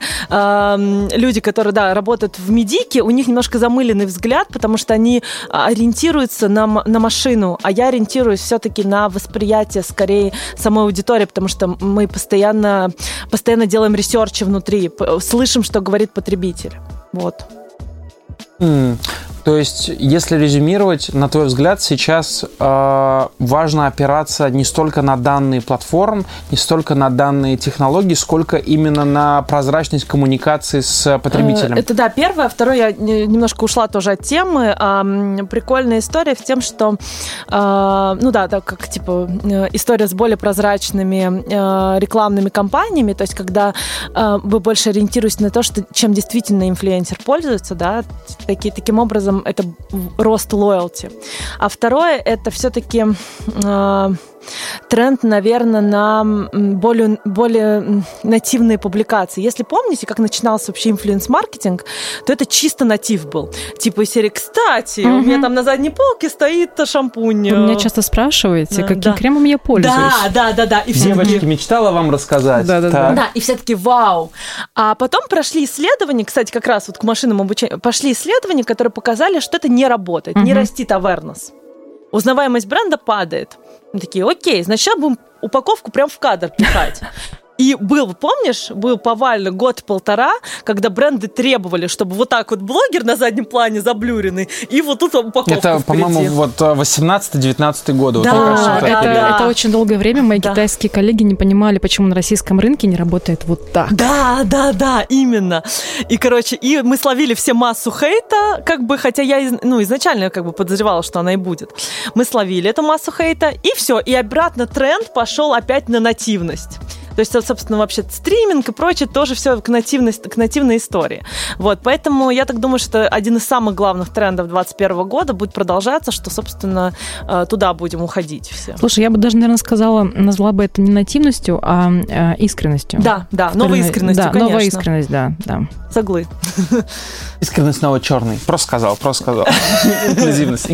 люди, которые, работают в медике, у них немножко замыленный взгляд, потому что они ориентируются на машину, а я ориентируюсь все-таки на восприятие скорее самой аудитории, потому что мы постоянно делаем ресерчи внутри, слышим, что говорит потребитель. Вот. То есть, если резюмировать, на твой взгляд, сейчас важно опираться не столько на данные платформ, не столько на данные технологий, сколько именно на прозрачность коммуникации с потребителем. Это первое. Второе, я немножко ушла тоже от темы. Прикольная история в тем, что история с более прозрачными рекламными кампаниями, то есть когда вы больше ориентируетесь на то, чем действительно инфлюенсер пользуется, да, таким образом это рост лоялти. А второе, это все-таки тренд, наверное, на более нативные публикации. Если помните, как начинался вообще инфлюенс-маркетинг, то это чисто натив был. Типа из серии, кстати, у меня там на задней полке стоит шампунь. Вы меня часто спрашиваете, каким кремом я пользуюсь. Да. И все девочки, мечтала вам рассказать. Да, и все таки вау. А потом прошли исследования, кстати, как раз вот к машинному обучению, пошли исследования, которые показали, что это не работает, не растит awareness. Узнаваемость бренда падает. Мы такие, окей, значит, сейчас будем упаковку прям в кадр пихать. И помнишь, был повально год-полтора, когда бренды требовали, чтобы вот так вот блогер на заднем плане заблюренный, и вот тут упаковка это, впереди. по-моему, вот 18-19 годы. Да, это очень долгое время мои китайские коллеги не понимали, почему на российском рынке не работает вот так. Да, именно. И, короче, мы словили все массу хейта, как бы, хотя я изначально как бы подозревала, что она и будет. Мы словили эту массу хейта, и все. И обратно тренд пошел опять на нативность. То есть, собственно, вообще стриминг и прочее тоже все к нативной истории. Вот, поэтому я так думаю, что один из самых главных трендов 2021 года будет продолжаться, что, собственно, туда будем уходить все. Слушай, я бы даже, наверное, назвала бы это не нативностью, а искренностью. Да, новой искренностью, да, конечно. Новая искренность, да. Соглы. Искренность снова черный. Просто сказал. Инклюзивность.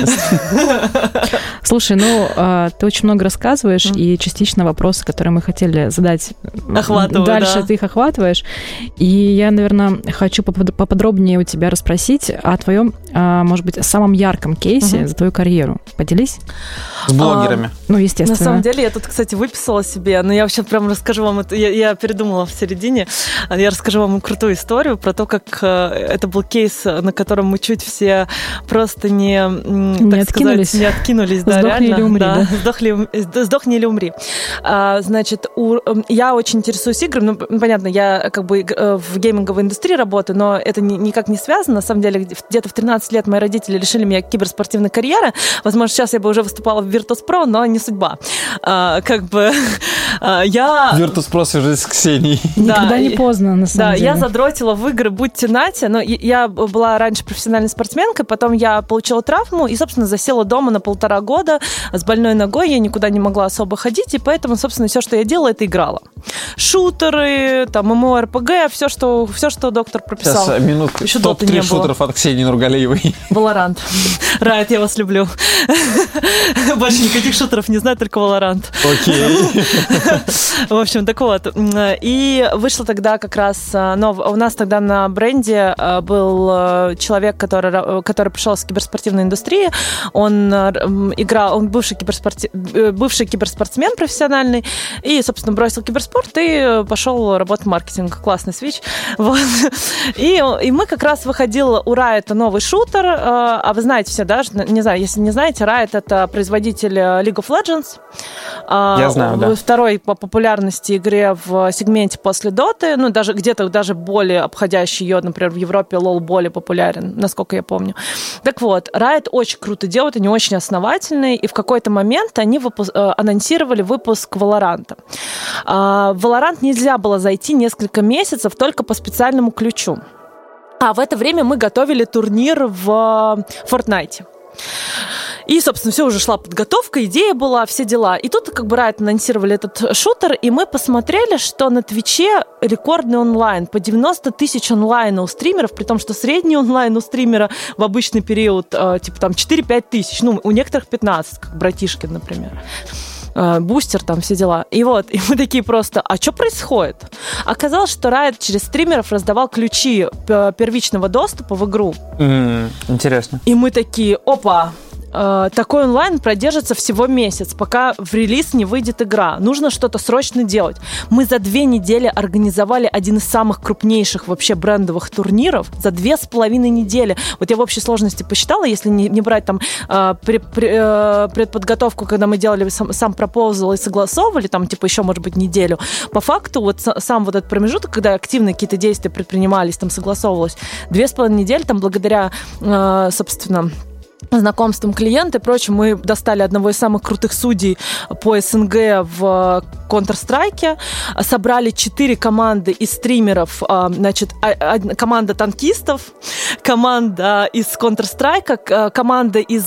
Слушай, ты очень много рассказываешь, и частично вопросы, которые мы хотели задать, дальше ты их охватываешь. И я, наверное, хочу поподробнее у тебя расспросить о твоем, может быть, самом ярком кейсе за твою карьеру. Поделись. С блогерами. Естественно. На самом деле, я тут, кстати, выписала себе, но я вообще прям расскажу вам это. Я передумала в середине. Я расскажу вам крутую историю про то, как это был кейс, на котором мы чуть все просто не откинулись. Да, сдохни реально. Или умри, да. Сдохни или умри. Значит, я очень интересуюсь играми. Понятно, я как бы в гейминговой индустрии работаю, но это никак не связано. На самом деле, где-то в 13 лет мои родители лишили меня киберспортивной карьеры. Возможно, сейчас я бы уже выступала в Virtus.pro, но не судьба. Virtus.pro свяжись с Ксенией. Никогда не поздно, на самом деле. Я задротила в игры «Будьте нате», но я была раньше профессиональной спортсменкой, потом я получила травму и, собственно, засела дома на 1,5 года с больной ногой, я никуда не могла особо ходить, и поэтому, собственно, все, что я делала, это играла. Шутеры, там, ММО-РПГ, все, что доктор прописал. Сейчас, минутку. Топ-3 шутеров от Ксении Нургалиевой. Valorant. Riot, я вас люблю. Больше никаких шутеров не знаю, только Valorant. Окей. В общем, так вот. И вышло тогда как раз... у нас тогда на бренде был человек, который пришел с киберспортивной индустрии. Он бывший киберспортсмен профессиональный. И, собственно, бросил киберспорт и пошел работать в маркетинг. Классный свич. Вот. И мы как раз выходил у Riot новый шутер. А вы знаете все, да? Не знаю, если не знаете, Riot — это производитель League of Legends. Я знаю, да. Второй по популярности игре в сегменте после Доты. Даже более обходящий ее, например, в Европе LoL более популярен, насколько я помню. Так вот, Riot очень круто делают, они очень основательные, и в какой-то момент они анонсировали выпуск Valorant. В Valorant нельзя было зайти несколько месяцев только по специальному ключу. А в это время мы готовили турнир в Fortnite. И, собственно, все, уже шла подготовка, идея была, все дела. И тут как бы Riot анонсировали этот шутер, и мы посмотрели, что на Твиче рекордный онлайн. По 90 тысяч онлайна у стримеров, при том, что средний онлайн у стримера в обычный период типа там 4-5 тысяч. У некоторых 15, как Братишкин, например. Бустер, там все дела. И мы такие просто, а что происходит? Оказалось, что Riot через стримеров раздавал ключи первичного доступа в игру. Интересно. И мы такие, опа, такой онлайн продержится всего месяц, пока в релиз не выйдет игра. Нужно что-то срочно делать. Мы за 2 недели организовали один из самых крупнейших вообще брендовых турниров. За 2,5 недели. Вот я в общей сложности посчитала, если не брать там предподготовку, когда мы делали сам пропозал и согласовывали, там типа еще, может быть, неделю. По факту вот сам вот этот промежуток, когда активно какие-то действия предпринимались, там согласовывалось, 2,5 недели, там благодаря, собственно, знакомством клиента и прочим, мы достали одного из самых крутых судей по СНГ в Counter-Strike, собрали 4 команды из стримеров, значит, команда танкистов, команда из Counter-Strike, команда из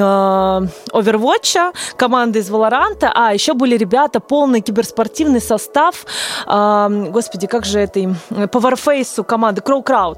Overwatch, команда из Valorant, а еще были ребята, полный киберспортивный состав, господи, как же это им, по Warface команды Crowd.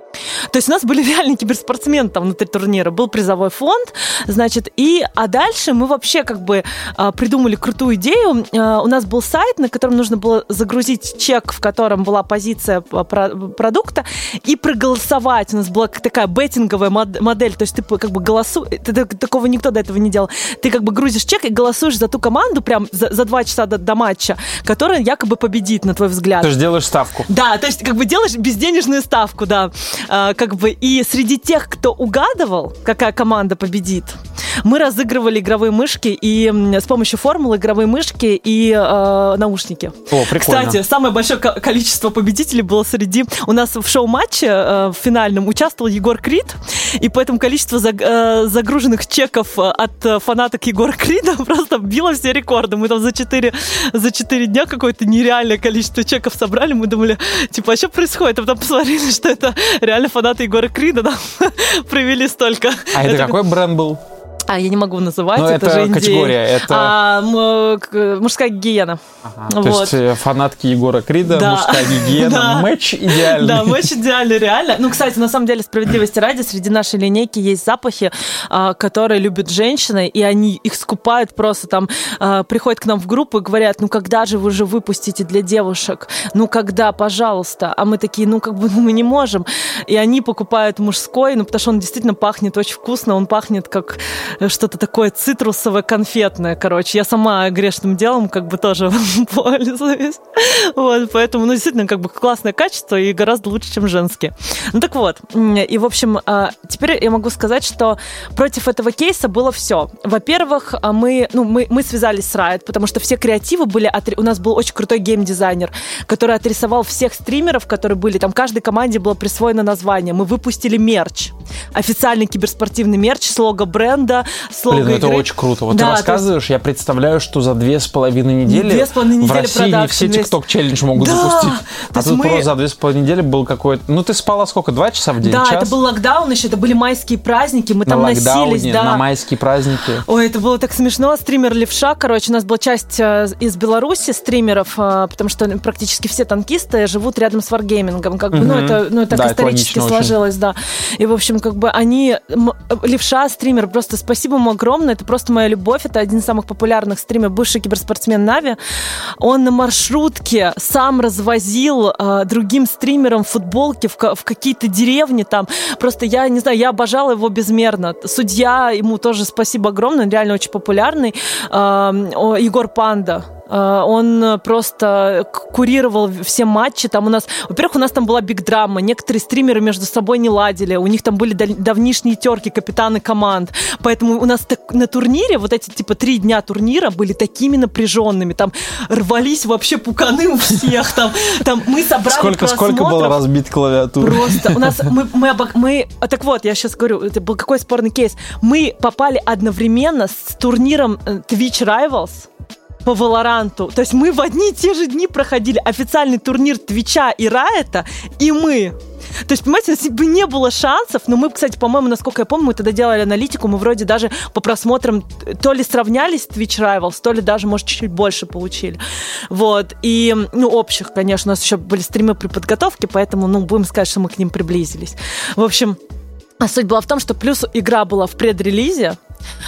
То есть у нас были реальные киберспортсмены там внутри турнира, был призовой фонд, значит, а дальше мы вообще как бы придумали крутую идею. У нас был сайт, на котором нужно было загрузить чек, в котором была позиция продукта, и проголосовать. У нас была такая беттинговая модель, то есть ты как бы голосуешь, такого никто до этого не делал. Ты как бы грузишь чек и голосуешь за ту команду прям за 2 часа до матча, которая якобы победит, на твой взгляд. То есть делаешь ставку. Да, то есть как бы делаешь безденежную ставку, да. Как бы и среди тех, кто угадывал, какая команда победит, мы разыгрывали игровые мышки и с помощью формулы игровые мышки и наушники. О, прикольно. Кстати, самое большое количество победителей было среди... У нас в шоу-матче в финальном участвовал Егор Крид, и поэтому количество загруженных чеков от фанаток Егора Крида просто било все рекорды. Мы там за 4 дня какое-то нереальное количество чеков собрали. Мы думали, типа, а что происходит? А потом посмотрели, что это реально фанаты Егора Крида нам провели столько. А это какой бренд был? Я не могу называть, но это же категория, это... мужская гигиена. Ага, вот. То есть фанатки Егора Крида, да. Мужская гигиена, да. Матч идеальный. Да, матч идеальный, реально. Ну, кстати, на самом деле, справедливости ради, среди нашей линейки есть запахи, которые любят женщины, и они их скупают просто там, приходят к нам в группу и говорят, ну, когда же вы уже выпустите для девушек? Ну, когда, пожалуйста? А мы такие, ну, как бы, мы не можем. И они покупают мужской, ну, потому что он действительно пахнет очень вкусно, он пахнет как... что-то такое цитрусовое, конфетное, короче. Я сама грешным делом как бы тоже пользуюсь. Вот, поэтому, ну, действительно, как бы классное качество и гораздо лучше, чем женские. Ну, так вот. И, в общем, теперь я могу сказать, что против этого кейса было все. Во-первых, мы связались с Riot, потому что все креативы были... У нас был очень крутой геймдизайнер, который отрисовал всех стримеров, которые были там. Каждой команде было присвоено название. Мы выпустили мерч. Официальный киберспортивный мерч с лого бренда, Блин, это очень круто. Вот да, ты рассказываешь, я представляю, что за 2,5 недели в России не все TikTok-челлендж могут запустить. А тут просто за 2,5 недели был какой-то... Ну, ты спала сколько? 2 часа в день? Да, час? Это был локдаун еще, это были майские праздники, мы там носились. Да. На майские праздники. Ой, это было так смешно. Стример Левша, короче, у нас была часть из Беларуси стримеров, потому что практически все танкисты живут рядом с варгеймингом. Как бы, это так исторически сложилось, да. И, в общем, как бы Левша, стример, просто спасибо ему огромное, это просто моя любовь, это один из самых популярных стримеров, бывший киберспортсмен Нави. Он на маршрутке сам развозил другим стримерам футболки в какие-то деревни там. Просто я не знаю, я обожала его безмерно. Судья, ему тоже спасибо огромное, он реально очень популярный. Егор Панда. Он просто курировал все матчи. Там во-первых, у нас там была биг-драма. Некоторые стримеры между собой не ладили. У них там были давнишние терки, капитаны команд. Поэтому у нас на турнире, вот эти типа 3 дня турнира были такими напряженными. Там рвались вообще пуканы у всех. Там мы собрали Сколько было разбит клавиатур? Просто. У нас мы... Так вот, я сейчас говорю, это был какой спорный кейс. Мы попали одновременно с турниром Twitch Rivals по Valorant. То есть мы в одни и те же дни проходили официальный турнир Твича и Райта, и мы. То есть, понимаете, если бы не было шансов, но мы, кстати, по-моему, насколько я помню, мы тогда делали аналитику, мы вроде даже по просмотрам то ли сравнялись с Twitch Rivals, то ли даже, может, чуть-чуть больше получили. Вот. И, общих, конечно, у нас еще были стримы при подготовке, поэтому, будем сказать, что мы к ним приблизились. В общем, суть была в том, что плюс игра была в предрелизе,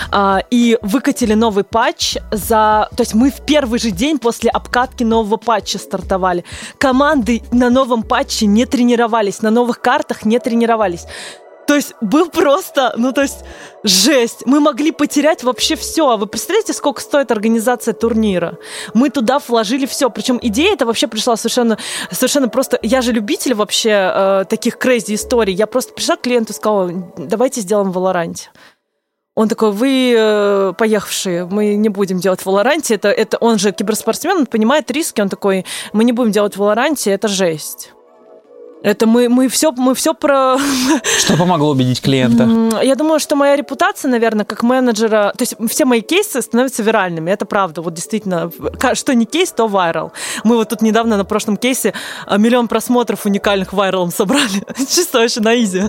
и выкатили новый патч то есть мы в первый же день после обкатки нового патча стартовали. Команды на новом патче не тренировались, на новых картах не тренировались. То есть был просто, жесть. Мы могли потерять вообще все. Вы представляете, сколько стоит организация турнира? Мы туда вложили все. Причем идея эта вообще пришла совершенно просто... Я же любитель вообще таких crazy историй. Я просто пришла к клиенту и сказала, давайте сделаем в Valorant. Он такой, вы поехавшие, мы не будем делать в Valorant. Это он же киберспортсмен, он понимает риски. Он такой, мы не будем делать в Valorant, это жесть. Это мы все про... Что помогло убедить клиента? Я думаю, что моя репутация, наверное, как менеджера... То есть все мои кейсы становятся виральными, это правда. Вот действительно, что не кейс, то вайрал. Мы вот тут недавно на прошлом кейсе 1 миллион просмотров уникальных вайралом собрали. Чисто вообще на изи.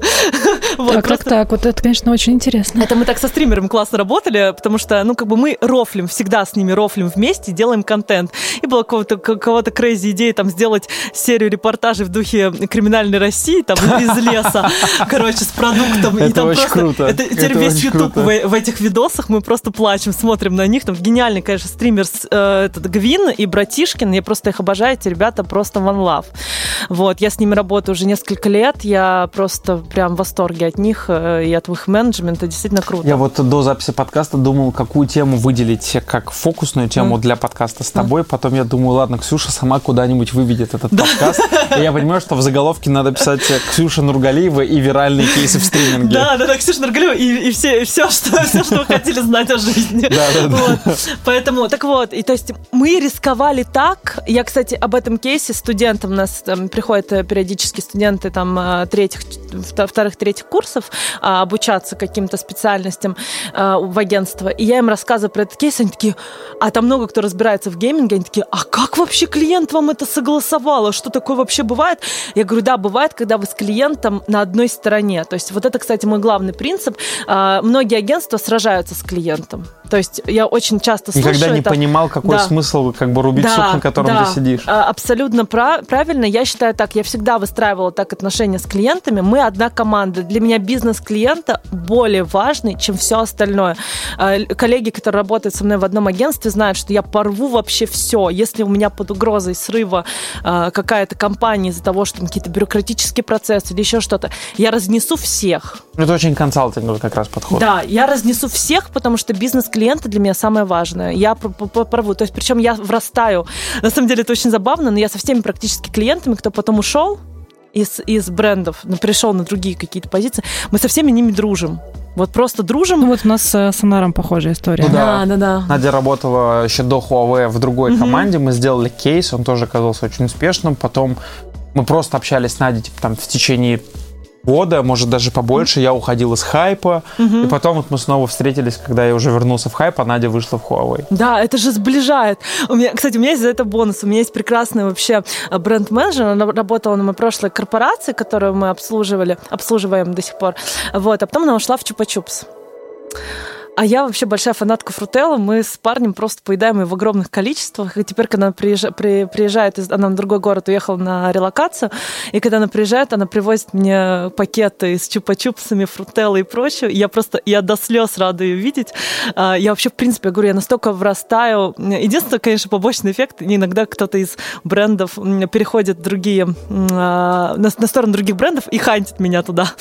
Так. Вот это, конечно, очень интересно. Это мы так со стримерами классно работали, потому что, мы рофлим, всегда с ними рофлим вместе, делаем контент. И была кого-то крейзи идея там сделать серию репортажей в духе криминальной России, там, из леса, с продуктом. Это и там очень просто, круто. Это теперь весь YouTube в этих видосах, мы просто плачем, смотрим на них. Там гениальный, конечно, стример Гвин и Братишкин, я просто их обожаю, эти ребята просто one love. Вот, я с ними работаю уже несколько лет, я просто прям в восторге от них и от их менеджмента, действительно круто. Я вот до записи подкаста думал, какую тему выделить как фокусную тему для подкаста с тобой, потом я думаю, ладно, Ксюша сама куда-нибудь выведет этот подкаст, и я понимаю, что в заголовке надо писать Ксюша Нургалиева и виральные кейсы в стриминге. Да, Ксюша Нургалиева и все, что вы хотели знать о жизни. Да. Поэтому, так вот, и то есть мы рисковали так. Я, кстати, об этом кейсе студентам, у нас там приходят периодически студенты там вторых-третьих курсов обучаться каким-то специальностям в агентство. И я им рассказываю про этот кейс, они такие, а там много кто разбирается в гейминге, они такие, а как вообще клиент вам это согласовал? Что такое вообще бывает? Я говорю, да, бывает, когда вы с клиентом на одной стороне. То есть вот это, кстати, мой главный принцип. Многие агентства сражаются с клиентом. То есть я очень часто слышу Никогда не понимал, какой смысл рубить сук, на котором ты сидишь. Абсолютно правильно. Я считаю так, я всегда выстраивала так отношения с клиентами. Мы одна команда. Для меня бизнес клиента более важный, чем все остальное. Коллеги, которые работают со мной в одном агентстве, знают, что я порву вообще все. Если у меня под угрозой срыва какая-то компания из-за того, что там какие-то бюрократические процессы или еще что-то, я разнесу всех. Это очень консалтинговый как раз подход. Да, я разнесу всех, потому что бизнес клиента для меня самое важное. Я порву. То есть, причем я врастаю. На самом деле это очень забавно, но я со всеми практически клиентами, кто потом ушел из брендов, пришел на другие какие-то позиции, мы со всеми ними дружим. Вот просто дружим. Вот у нас с Сонаром похожая история. Да. Надя работала еще до Huawei в другой команде. Мы сделали кейс, он тоже оказался очень успешным. Потом мы просто общались с Надей в течение года, может, даже побольше. Я уходил из хайпа. И потом мы снова встретились, когда я уже вернулся в хайп, а Надя вышла в Huawei. Да, это же сближает. Кстати, у меня есть за это бонус. У меня есть прекрасный вообще бренд-менеджер. Она работала на моей прошлой корпорации, которую мы обслуживаем до сих пор. Вот. А потом она ушла в Чупа-Чупс. А я вообще большая фанатка фрутелла. Мы с парнем просто поедаем ее в огромных количествах. И теперь, когда она приезжает, она в другой город уехала на релокацию, и когда она приезжает, она привозит мне пакеты с чупа-чупсами, фрутеллой и прочее. Я до слез рада ее видеть. Я вообще, в принципе, я говорю, я настолько врастаю. Единственное, конечно, побочный эффект. Иногда кто-то из брендов переходит на сторону других брендов и хантит меня туда.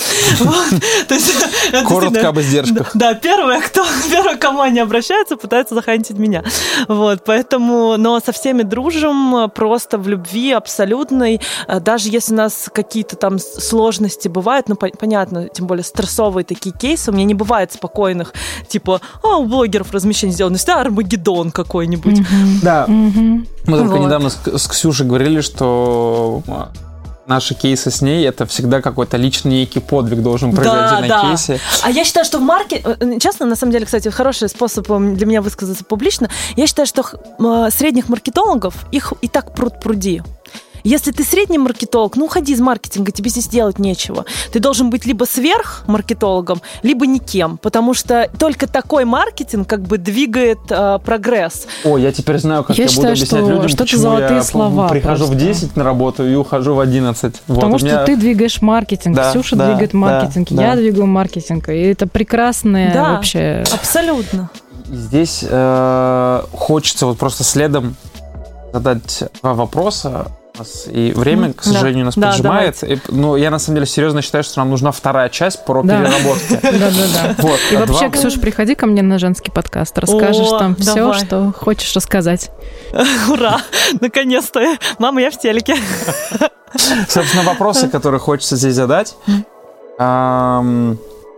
Коротко об издержках. Да, первое, кому они обращаются, пытаются захантить меня. Вот, поэтому, но со всеми дружим, просто в любви абсолютной. Даже если у нас какие-то там сложности бывают, понятно, тем более стрессовые такие кейсы, у меня не бывает спокойных, типа, у блогеров размещение сделано, всегда Армагеддон какой-нибудь. Да. Мы только недавно с Ксюшей говорили, что наши кейсы с ней, это всегда какой-то личный некий подвиг должен произойти на кейсе. А я считаю, что в маркетинге, честно, на самом деле, кстати, хороший способ для меня высказаться публично, я считаю, что средних маркетологов, их и так пруд-пруди. Если ты средний маркетолог, уходи из маркетинга, тебе здесь делать нечего. Ты должен быть либо сверхмаркетологом, либо никем, потому что только такой маркетинг двигает прогресс. Я теперь знаю, как я буду объяснять людям, почему я прихожу в 10 на работу и ухожу в 11. Потому что ты двигаешь маркетинг, Ксюша двигает маркетинг, я двигаю маркетинг, и это прекрасное вообще. Абсолютно. Здесь хочется просто следом задать два вопроса. И время, к сожалению, нас поджимает. Но я, на самом деле, серьезно считаю, что нам нужна вторая часть про переработки. Да. И вообще, Ксюш, приходи ко мне на женский подкаст, расскажешь там все, что хочешь рассказать. Ура! Наконец-то! Мама, я в телеке. Собственно, вопросы, которые хочется здесь задать.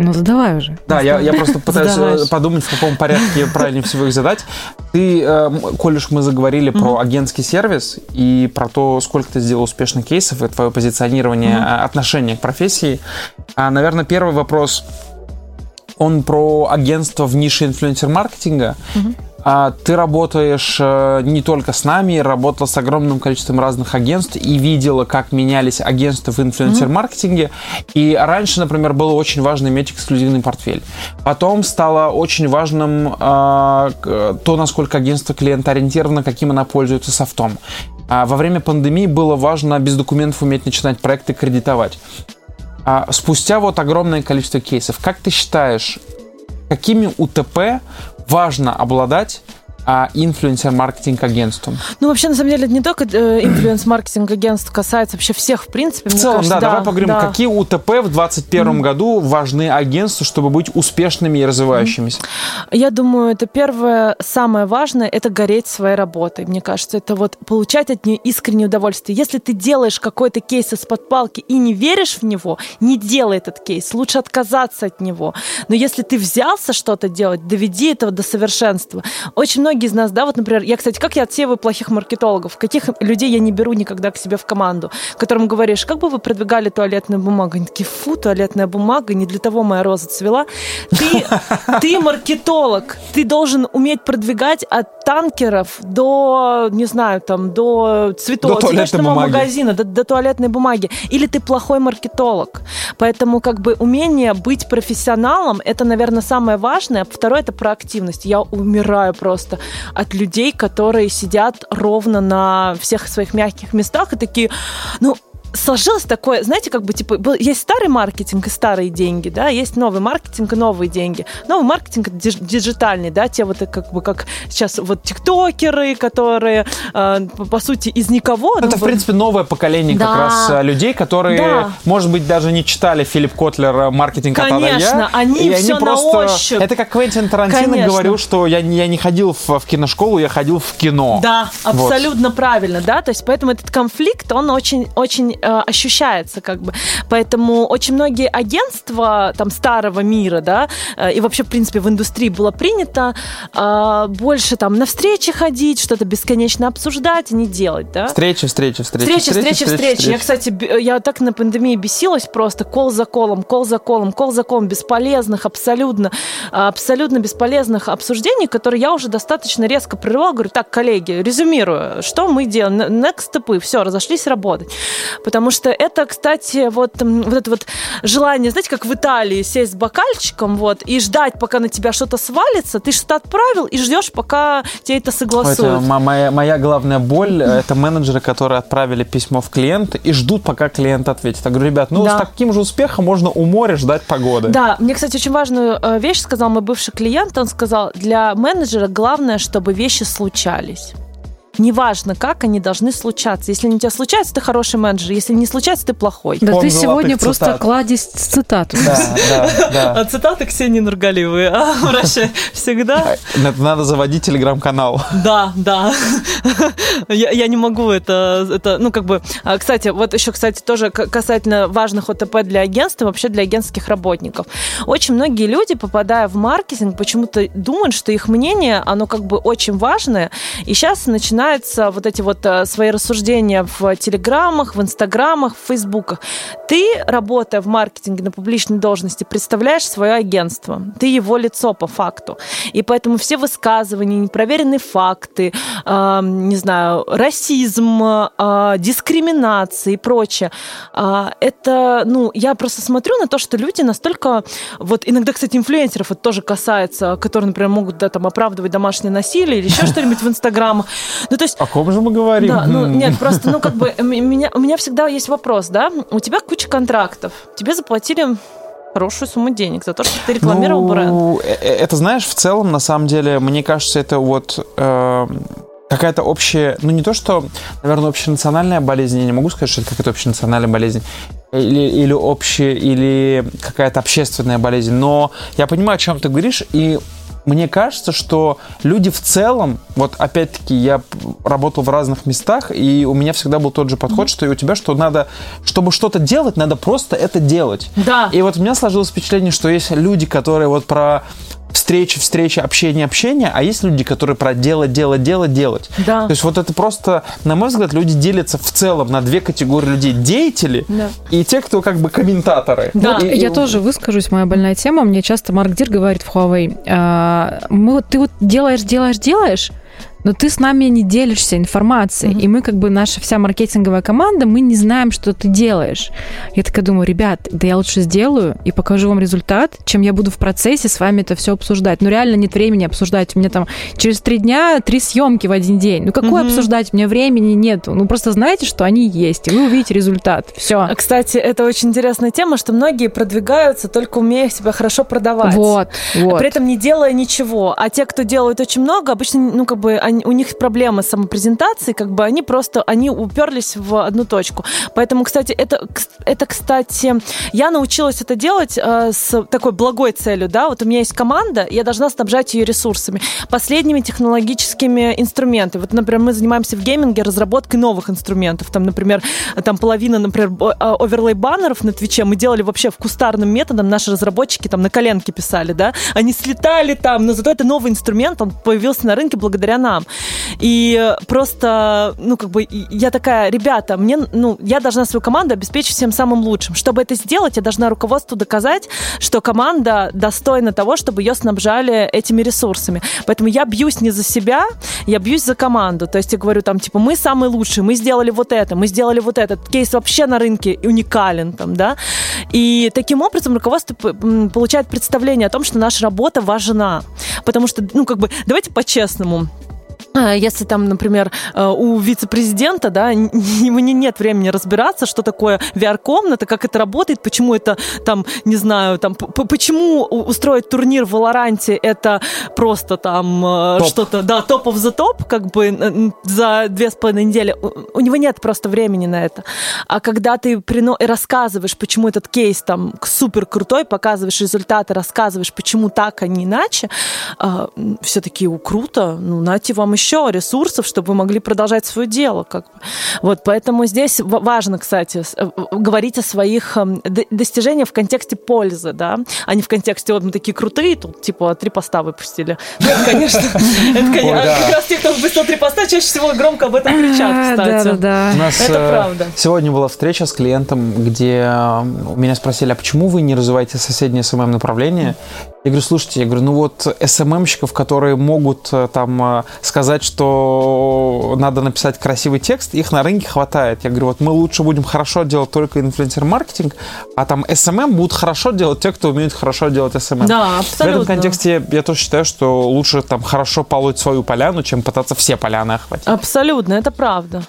Ну, задавай уже. Да, я просто пытаюсь подумать, в каком порядке правильнее всего их задать. Ты, коль уж мы заговорили про агентский сервис и про то, сколько ты сделал успешных кейсов и твое позиционирование, отношение к профессии, наверное, первый вопрос, он про агентство в нише инфлюенсер-маркетинга. Ты работаешь не только с нами, работала с огромным количеством разных агентств и видела, как менялись агентства в инфлюенсер-маркетинге. И раньше, например, было очень важно иметь эксклюзивный портфель. Потом стало очень важным то, насколько агентство клиентоориентировано, каким оно пользуется софтом. Во время пандемии было важно без документов уметь начинать проекты, кредитовать. Спустя вот огромное количество кейсов, как ты считаешь, какими УТП важно обладать инфлюенсер-маркетинг-агентством? Ну, вообще, на самом деле, это не только инфлюенс-маркетинг-агентств касается вообще всех, в принципе. В целом, кажется, давай поговорим, какие УТП в 2021 году важны агентству, чтобы быть успешными и развивающимися? Я думаю, это первое, самое важное, это гореть своей работой. Мне кажется, это вот получать от нее искреннее удовольствие. Если ты делаешь какой-то кейс из-под палки и не веришь в него, не делай этот кейс, лучше отказаться от него. Но если ты взялся что-то делать, доведи этого до совершенства. Очень многие из нас, да, вот, например, как я отсеиваю плохих маркетологов, каких людей я не беру никогда к себе в команду, которым говоришь, как бы вы продвигали туалетную бумагу? Они такие, фу, туалетная бумага, не для того моя роза цвела. Ты маркетолог, ты должен уметь продвигать от танкеров до, не знаю, там, до цветов, до цветочного магазина, до туалетной бумаги. Или ты плохой маркетолог. Поэтому, как бы, умение быть профессионалом, это, наверное, самое важное. Второе, это проактивность. Я умираю просто от людей, которые сидят ровно на всех своих мягких местах и такие, сложилось такое, знаете, как бы, типа, есть старый маркетинг и старые деньги, да, есть новый маркетинг и новые деньги. Новый маркетинг диджитальный, да, те вот как бы, как сейчас вот тиктокеры, которые, по сути, из никого. Это, в принципе, новое поколение как раз людей, которые, может быть, даже не читали Филипп Котлер «Маркетинг от А до Я». Конечно, они все просто... на ощупь. Это как Квентин Тарантино говорил, что я не ходил в киношколу, я ходил в кино. Да, абсолютно правильно, да, то есть поэтому этот конфликт, он очень ощущается, как бы. Поэтому очень многие агентства там старого мира, да, и вообще, в принципе, в индустрии было принято больше там на встречи ходить, что-то бесконечно обсуждать и не делать, да. Встречи. Я, кстати, я так на пандемии бесилась просто, кол за колом, бесполезных, абсолютно бесполезных обсуждений, которые я уже достаточно резко прерывала, говорю, так, коллеги, резюмирую, что мы делаем, next степы, все, разошлись работать. Потому что это, кстати, вот это вот желание, знаете, как в Италии, сесть с бокальчиком вот, и ждать, пока на тебя что-то свалится. Ты что-то отправил и ждешь, пока тебе это согласуют. Это моя главная боль. Это менеджеры, которые отправили письмо в клиента и ждут, пока клиент ответит. Я говорю, ребят, с таким же успехом можно у моря ждать погоды. Да, мне, кстати, очень важную вещь сказал мой бывший клиент. Он сказал, для менеджера главное, чтобы вещи случались. Неважно, как они должны случаться. Если они у тебя случаются, ты хороший менеджер. Если не случается, ты плохой. Да, ты сегодня просто кладезь цитат. Да. А цитаты Ксении Нургалиевой вращай всегда. Надо заводить телеграм-канал. Да. Я не могу это, кстати, вот еще, тоже касательно важных ОТП для агентства, вообще для агентских работников. Очень многие люди, попадая в маркетинг, почему-то думают, что их мнение, оно как бы очень важное. И сейчас начинаются вот эти вот свои рассуждения в телеграммах, в инстаграмах, в фейсбуках. Ты, работая в маркетинге на публичной должности, представляешь свое агентство. Ты его лицо по факту. И поэтому все высказывания, непроверенные факты, не знаю, расизм, дискриминация и прочее. Это, я просто смотрю на то, что люди настолько... Вот иногда, кстати, инфлюенсеров это тоже касается, которые, например, могут там оправдывать домашнее насилие или еще что-нибудь в инстаграмах. То есть, о ком же мы говорим? Да, нет, просто, у меня всегда есть вопрос, да, у тебя куча контрактов, тебе заплатили хорошую сумму денег за то, что ты рекламировал бренд. Это, знаешь, в целом, на самом деле, мне кажется, это вот какая-то общая, не то, что, наверное, общенациональная болезнь, я не могу сказать, что это какая-то общенациональная болезнь, или общая, или какая-то общественная болезнь. Но я понимаю, о чем ты говоришь, и мне кажется, что люди в целом, вот опять-таки я работал в разных местах, и у меня всегда был тот же подход, что и у тебя, что надо, чтобы что-то делать, надо просто это делать. Да. И вот у меня сложилось впечатление, что есть люди, которые вот про встречи, общение, а есть люди, которые про делать. Да. То есть вот это просто, на мой взгляд, люди делятся в целом на две категории людей. Деятели и те, кто как бы комментаторы. Да, я тоже выскажусь, моя больная тема. Мне часто Марк Дир говорит в Huawei, ты вот делаешь, но ты с нами не делишься информацией. И мы, как бы, наша вся маркетинговая команда, мы не знаем, что ты делаешь. Я такая думаю, ребят, да я лучше сделаю и покажу вам результат, чем я буду в процессе с вами это все обсуждать. Ну, реально нет времени обсуждать. У меня там через 3 дня 3 съемки в один день. Ну, какое обсуждать? У меня времени нет. Ну, просто знаете, что они есть, и вы увидите результат. Все. Кстати, это очень интересная тема, что многие продвигаются, только умея себя хорошо продавать. Вот. При этом не делая ничего. А те, кто делают очень много, обычно, ну, как бы, у них проблемы с самопрезентацией, как бы они уперлись в одну точку. Поэтому, кстати, кстати, я научилась это делать с такой благой целью, да, вот у меня есть команда, я должна снабжать ее ресурсами, последними технологическими инструментами. Вот, например, мы занимаемся в гейминге разработкой новых инструментов, там, например, половина, например, оверлей баннеров на Твиче мы делали вообще кустарным методом, наши разработчики там на коленке писали, да, они слетали там, но зато это новый инструмент, он появился на рынке благодаря нам. И просто, ну, как бы, я такая, ребята, я должна свою команду обеспечить всем самым лучшим. Чтобы это сделать, я должна руководству доказать, что команда достойна того, чтобы ее снабжали этими ресурсами. Поэтому я бьюсь не за себя, я бьюсь за команду. То есть я говорю там, типа, мы самые лучшие, мы сделали вот это, мы сделали вот этот кейс вообще на рынке уникален, там, да. И таким образом руководство получает представление о том, что наша работа важна. Потому что, ну, как бы, давайте по-честному. Если там, например, у вице-президента, да, ему нет времени разбираться, что такое VR-комната, как это работает, почему это там, не знаю, там, почему устроить турнир в Валоранте это просто там что-то, да, топ of the top, как бы за 2,5 недели. У него нет просто времени на это. А когда ты рассказываешь, почему этот кейс там супер крутой, показываешь результаты, рассказываешь, почему так, а не иначе, все такие, круто, ну, нате вам еще ресурсов, чтобы вы могли продолжать свое дело. Как бы. Вот, поэтому здесь важно, кстати, говорить о своих достижениях в контексте пользы, да, а не в контексте, вот мы такие крутые, тут, типа, 3 поста выпустили. Это, конечно, как раз те, кто выпустил 3 поста, чаще всего громко об этом кричат, кстати. Да. У нас это правда. Сегодня была встреча с клиентом, где меня спросили, а почему вы не развиваете соседнее СММ-направление? Я говорю, слушайте, ну вот СММщиков, которые могут там сказать, что надо написать красивый текст, их на рынке хватает. Я говорю, вот мы лучше будем хорошо делать только инфлюенсер-маркетинг, а там СММ будут хорошо делать те, кто умеет хорошо делать СММ. Да, абсолютно. В этом контексте я тоже считаю, что лучше там хорошо полоть свою поляну, чем пытаться все поляны охватить. Абсолютно, это правда.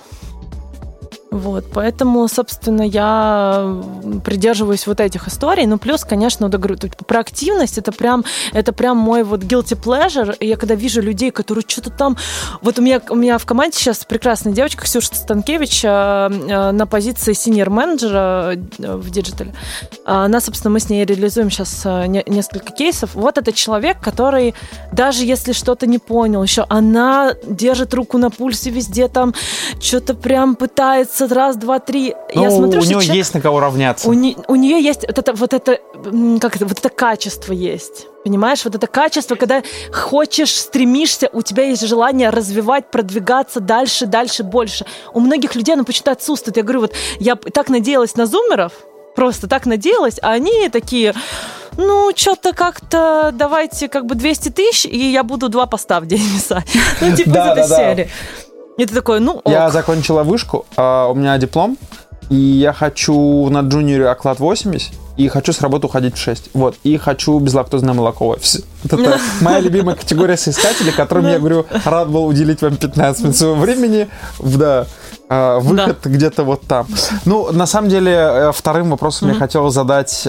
Вот, поэтому, собственно, я придерживаюсь вот этих историй. Ну, плюс, конечно, вот, говорю, про активность, это прям мой вот guilty pleasure. И я когда вижу людей, которые что-то там... Вот у меня в команде сейчас прекрасная девочка Ксюша Станкевич на позиции senior-менеджера в диджитале. Она, собственно, мы с ней реализуем сейчас несколько кейсов. Вот это человек, который даже если что-то не понял, еще она держит руку на пульсе везде, там что-то прям пытается раз, два, три. Ну, я смотрю, у нее есть на кого равняться. У нее есть вот это качество есть. Понимаешь, вот это качество, когда хочешь, стремишься, у тебя есть желание развивать, продвигаться дальше, больше. У многих людей оно почему-то отсутствует. Я говорю, вот я так надеялась на зумеров, просто так надеялась, а они такие... Ну, что-то как-то давайте как бы 200 тысяч, и я буду 2 поста в день писать. Ну, типа из этой серии. И ты такой, ну, ок. Я закончила вышку, у меня диплом, и я хочу на джуниоре оклад 80, и хочу с работы уходить в 6. Вот, и хочу безлактозное молоко. Вот это моя любимая категория соискателей, которым я говорю, рад был уделить вам 15 минут своего времени. Да. Выход где-то вот там. Ну, на самом деле, вторым вопросом я хотел задать,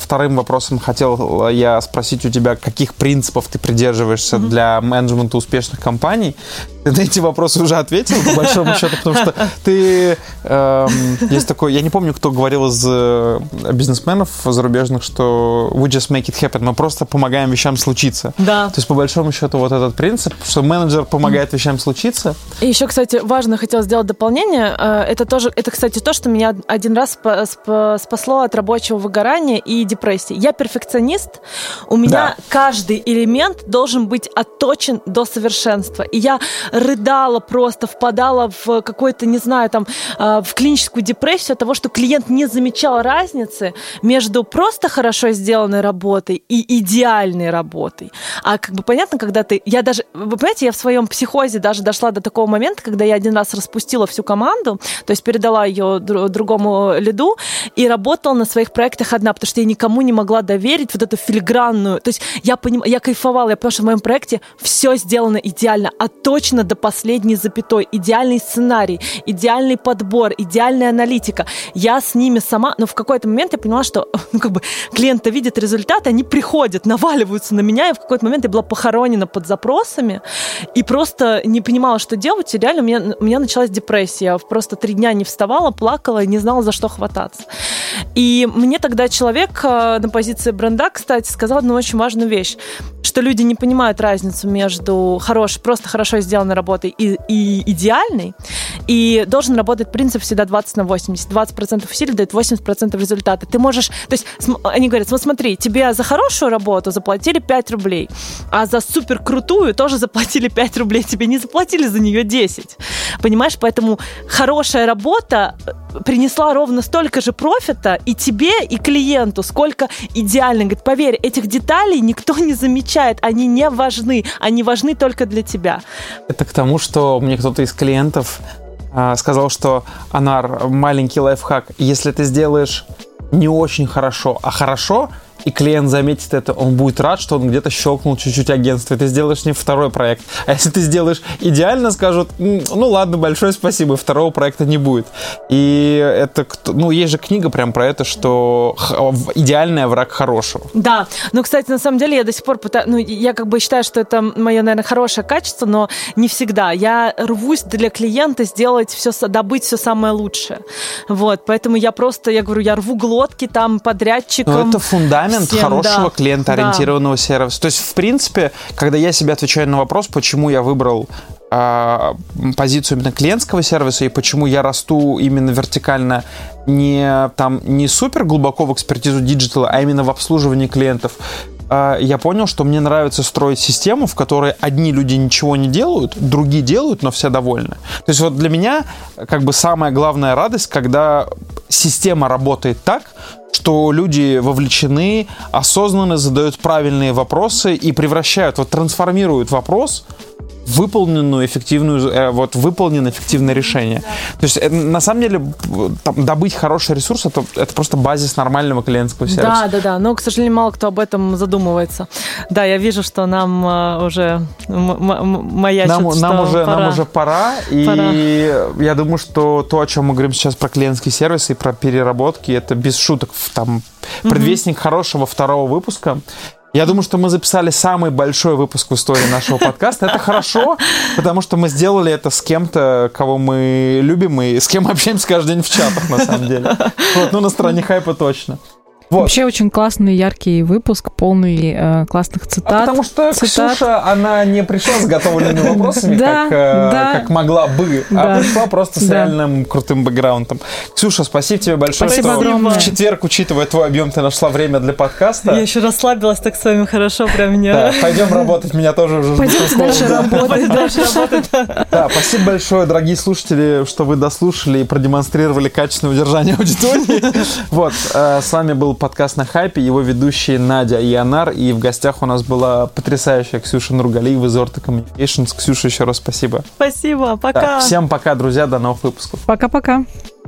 хотел я спросить у тебя, каких принципов ты придерживаешься для менеджмента успешных компаний. Ты на эти вопросы уже ответил, по большому счету, потому что ты... есть такой... Я не помню, кто говорил из бизнесменов зарубежных, что we just make it happen. Мы просто помогаем вещам случиться. Да. То есть, по большому счету, вот этот принцип, что менеджер помогает вещам случиться. И еще, кстати, важно, хотела сделать дополнение. Это, кстати, то, что меня один раз спасло от рабочего выгорания и депрессии. Я перфекционист. У меня каждый элемент должен быть отточен до совершенства. И я рыдала просто, впадала в какой-то, не знаю, там, в клиническую депрессию от того, что клиент не замечал разницы между просто хорошо сделанной работой и идеальной работой. А как бы понятно, когда вы понимаете, я в своем психозе даже дошла до такого момента, когда я один раз распустила всю команду, то есть передала ее другому лиду и работала на своих проектах одна, потому что я никому не могла доверить вот эту филигранную. То есть я кайфовала, я поняла, что в моем проекте все сделано идеально, точно до последней запятой. Идеальный сценарий, идеальный подбор, идеальная аналитика. Я с ними сама, но в какой-то момент я поняла, что клиенты видят результаты, они приходят, наваливаются на меня, и в какой-то момент я была похоронена под запросами и просто не понимала, что делать. И реально у меня началась депрессия. Я просто 3 дня не вставала, плакала и не знала, за что хвататься. И мне тогда человек на позиции бренда, кстати, сказал одну очень важную вещь, что люди не понимают разницу между просто хорошо сделанной работой и идеальной, и должен работать принцип всегда 20/80. 20% усилий дает 80% результата. Ты можешь... То есть они говорят, смотри, тебе за хорошую работу заплатили 5 рублей, а за супер крутую тоже заплатили 5 рублей, тебе не заплатили за нее 10. Понимаешь? Поэтому хорошая работа принесла ровно столько же профита и тебе, и клиенту, сколько идеально. Говорит, поверь, этих деталей никто не замечает, они не важны, они важны только для тебя. Это к тому, что мне кто-то из клиентов сказал, что, Анар, маленький лайфхак, если ты сделаешь не очень хорошо, а хорошо, и клиент заметит это, он будет рад, что он где-то щелкнул чуть-чуть агентство, и ты сделаешь с ним второй проект. А если ты сделаешь идеально, скажут, ну ладно, большое спасибо, второго проекта не будет. И это, есть же книга прям про это, что идеальный враг хорошего. Да, кстати, на самом деле я до сих пор я как бы считаю, что это мое, наверное, хорошее качество, но не всегда. Я рвусь для клиента сделать все, добыть все самое лучшее. Вот, поэтому я рву глотки там подрядчикам. Но это фундамент всем, хорошего клиентоориентированного сервиса. То есть, в принципе, когда я себе отвечаю на вопрос, почему я выбрал позицию именно клиентского сервиса и почему я расту именно вертикально не супер глубоко в экспертизу диджитала, а именно в обслуживании клиентов, я понял, что мне нравится строить систему, в которой одни люди ничего не делают, другие делают, но все довольны. То есть вот для меня как бы самая главная радость, когда система работает так, что люди вовлечены, осознанно задают правильные вопросы и трансформируют вопрос в выполненное эффективное решение. То есть, на самом деле, добыть хороший ресурс это просто базис нормального клиентского сервиса. Да. Но, к сожалению, мало кто об этом задумывается. Да, я вижу, что нам уже маячит, нам уже пора. И я думаю, что то, о чем мы говорим сейчас про клиентский сервис и про переработки, это без шуток предвестник хорошего второго выпуска. Я думаю, что мы записали самый большой выпуск в истории нашего подкаста. Это хорошо, потому что мы сделали это с кем-то, кого мы любим и с кем мы общаемся каждый день в чатах, на самом деле. На стороне хайпа точно. Вот. Вообще очень классный, яркий выпуск, полный классных цитат. Потому что Ксюша, она не пришла с заготовленными вопросами, как могла бы, а пришла просто с реальным крутым бэкграундом. Ксюша, спасибо тебе большое, что в четверг, учитывая твой объем, ты нашла время для подкаста. Я еще расслабилась так с вами хорошо, прям мне. Да, пойдем работать, меня тоже уже... Пойдем дальше работать. Да, спасибо большое, дорогие слушатели, что вы дослушали и продемонстрировали качественное удержание аудитории. Вот, с вами был подкаст «На хайпе», его ведущие Надя и Анар, и в гостях у нас была потрясающая Ксюша Нургалиева из Orta Communications. Ксюша, еще раз спасибо. Спасибо, пока. Да, всем пока, друзья, до новых выпусков. Пока-пока.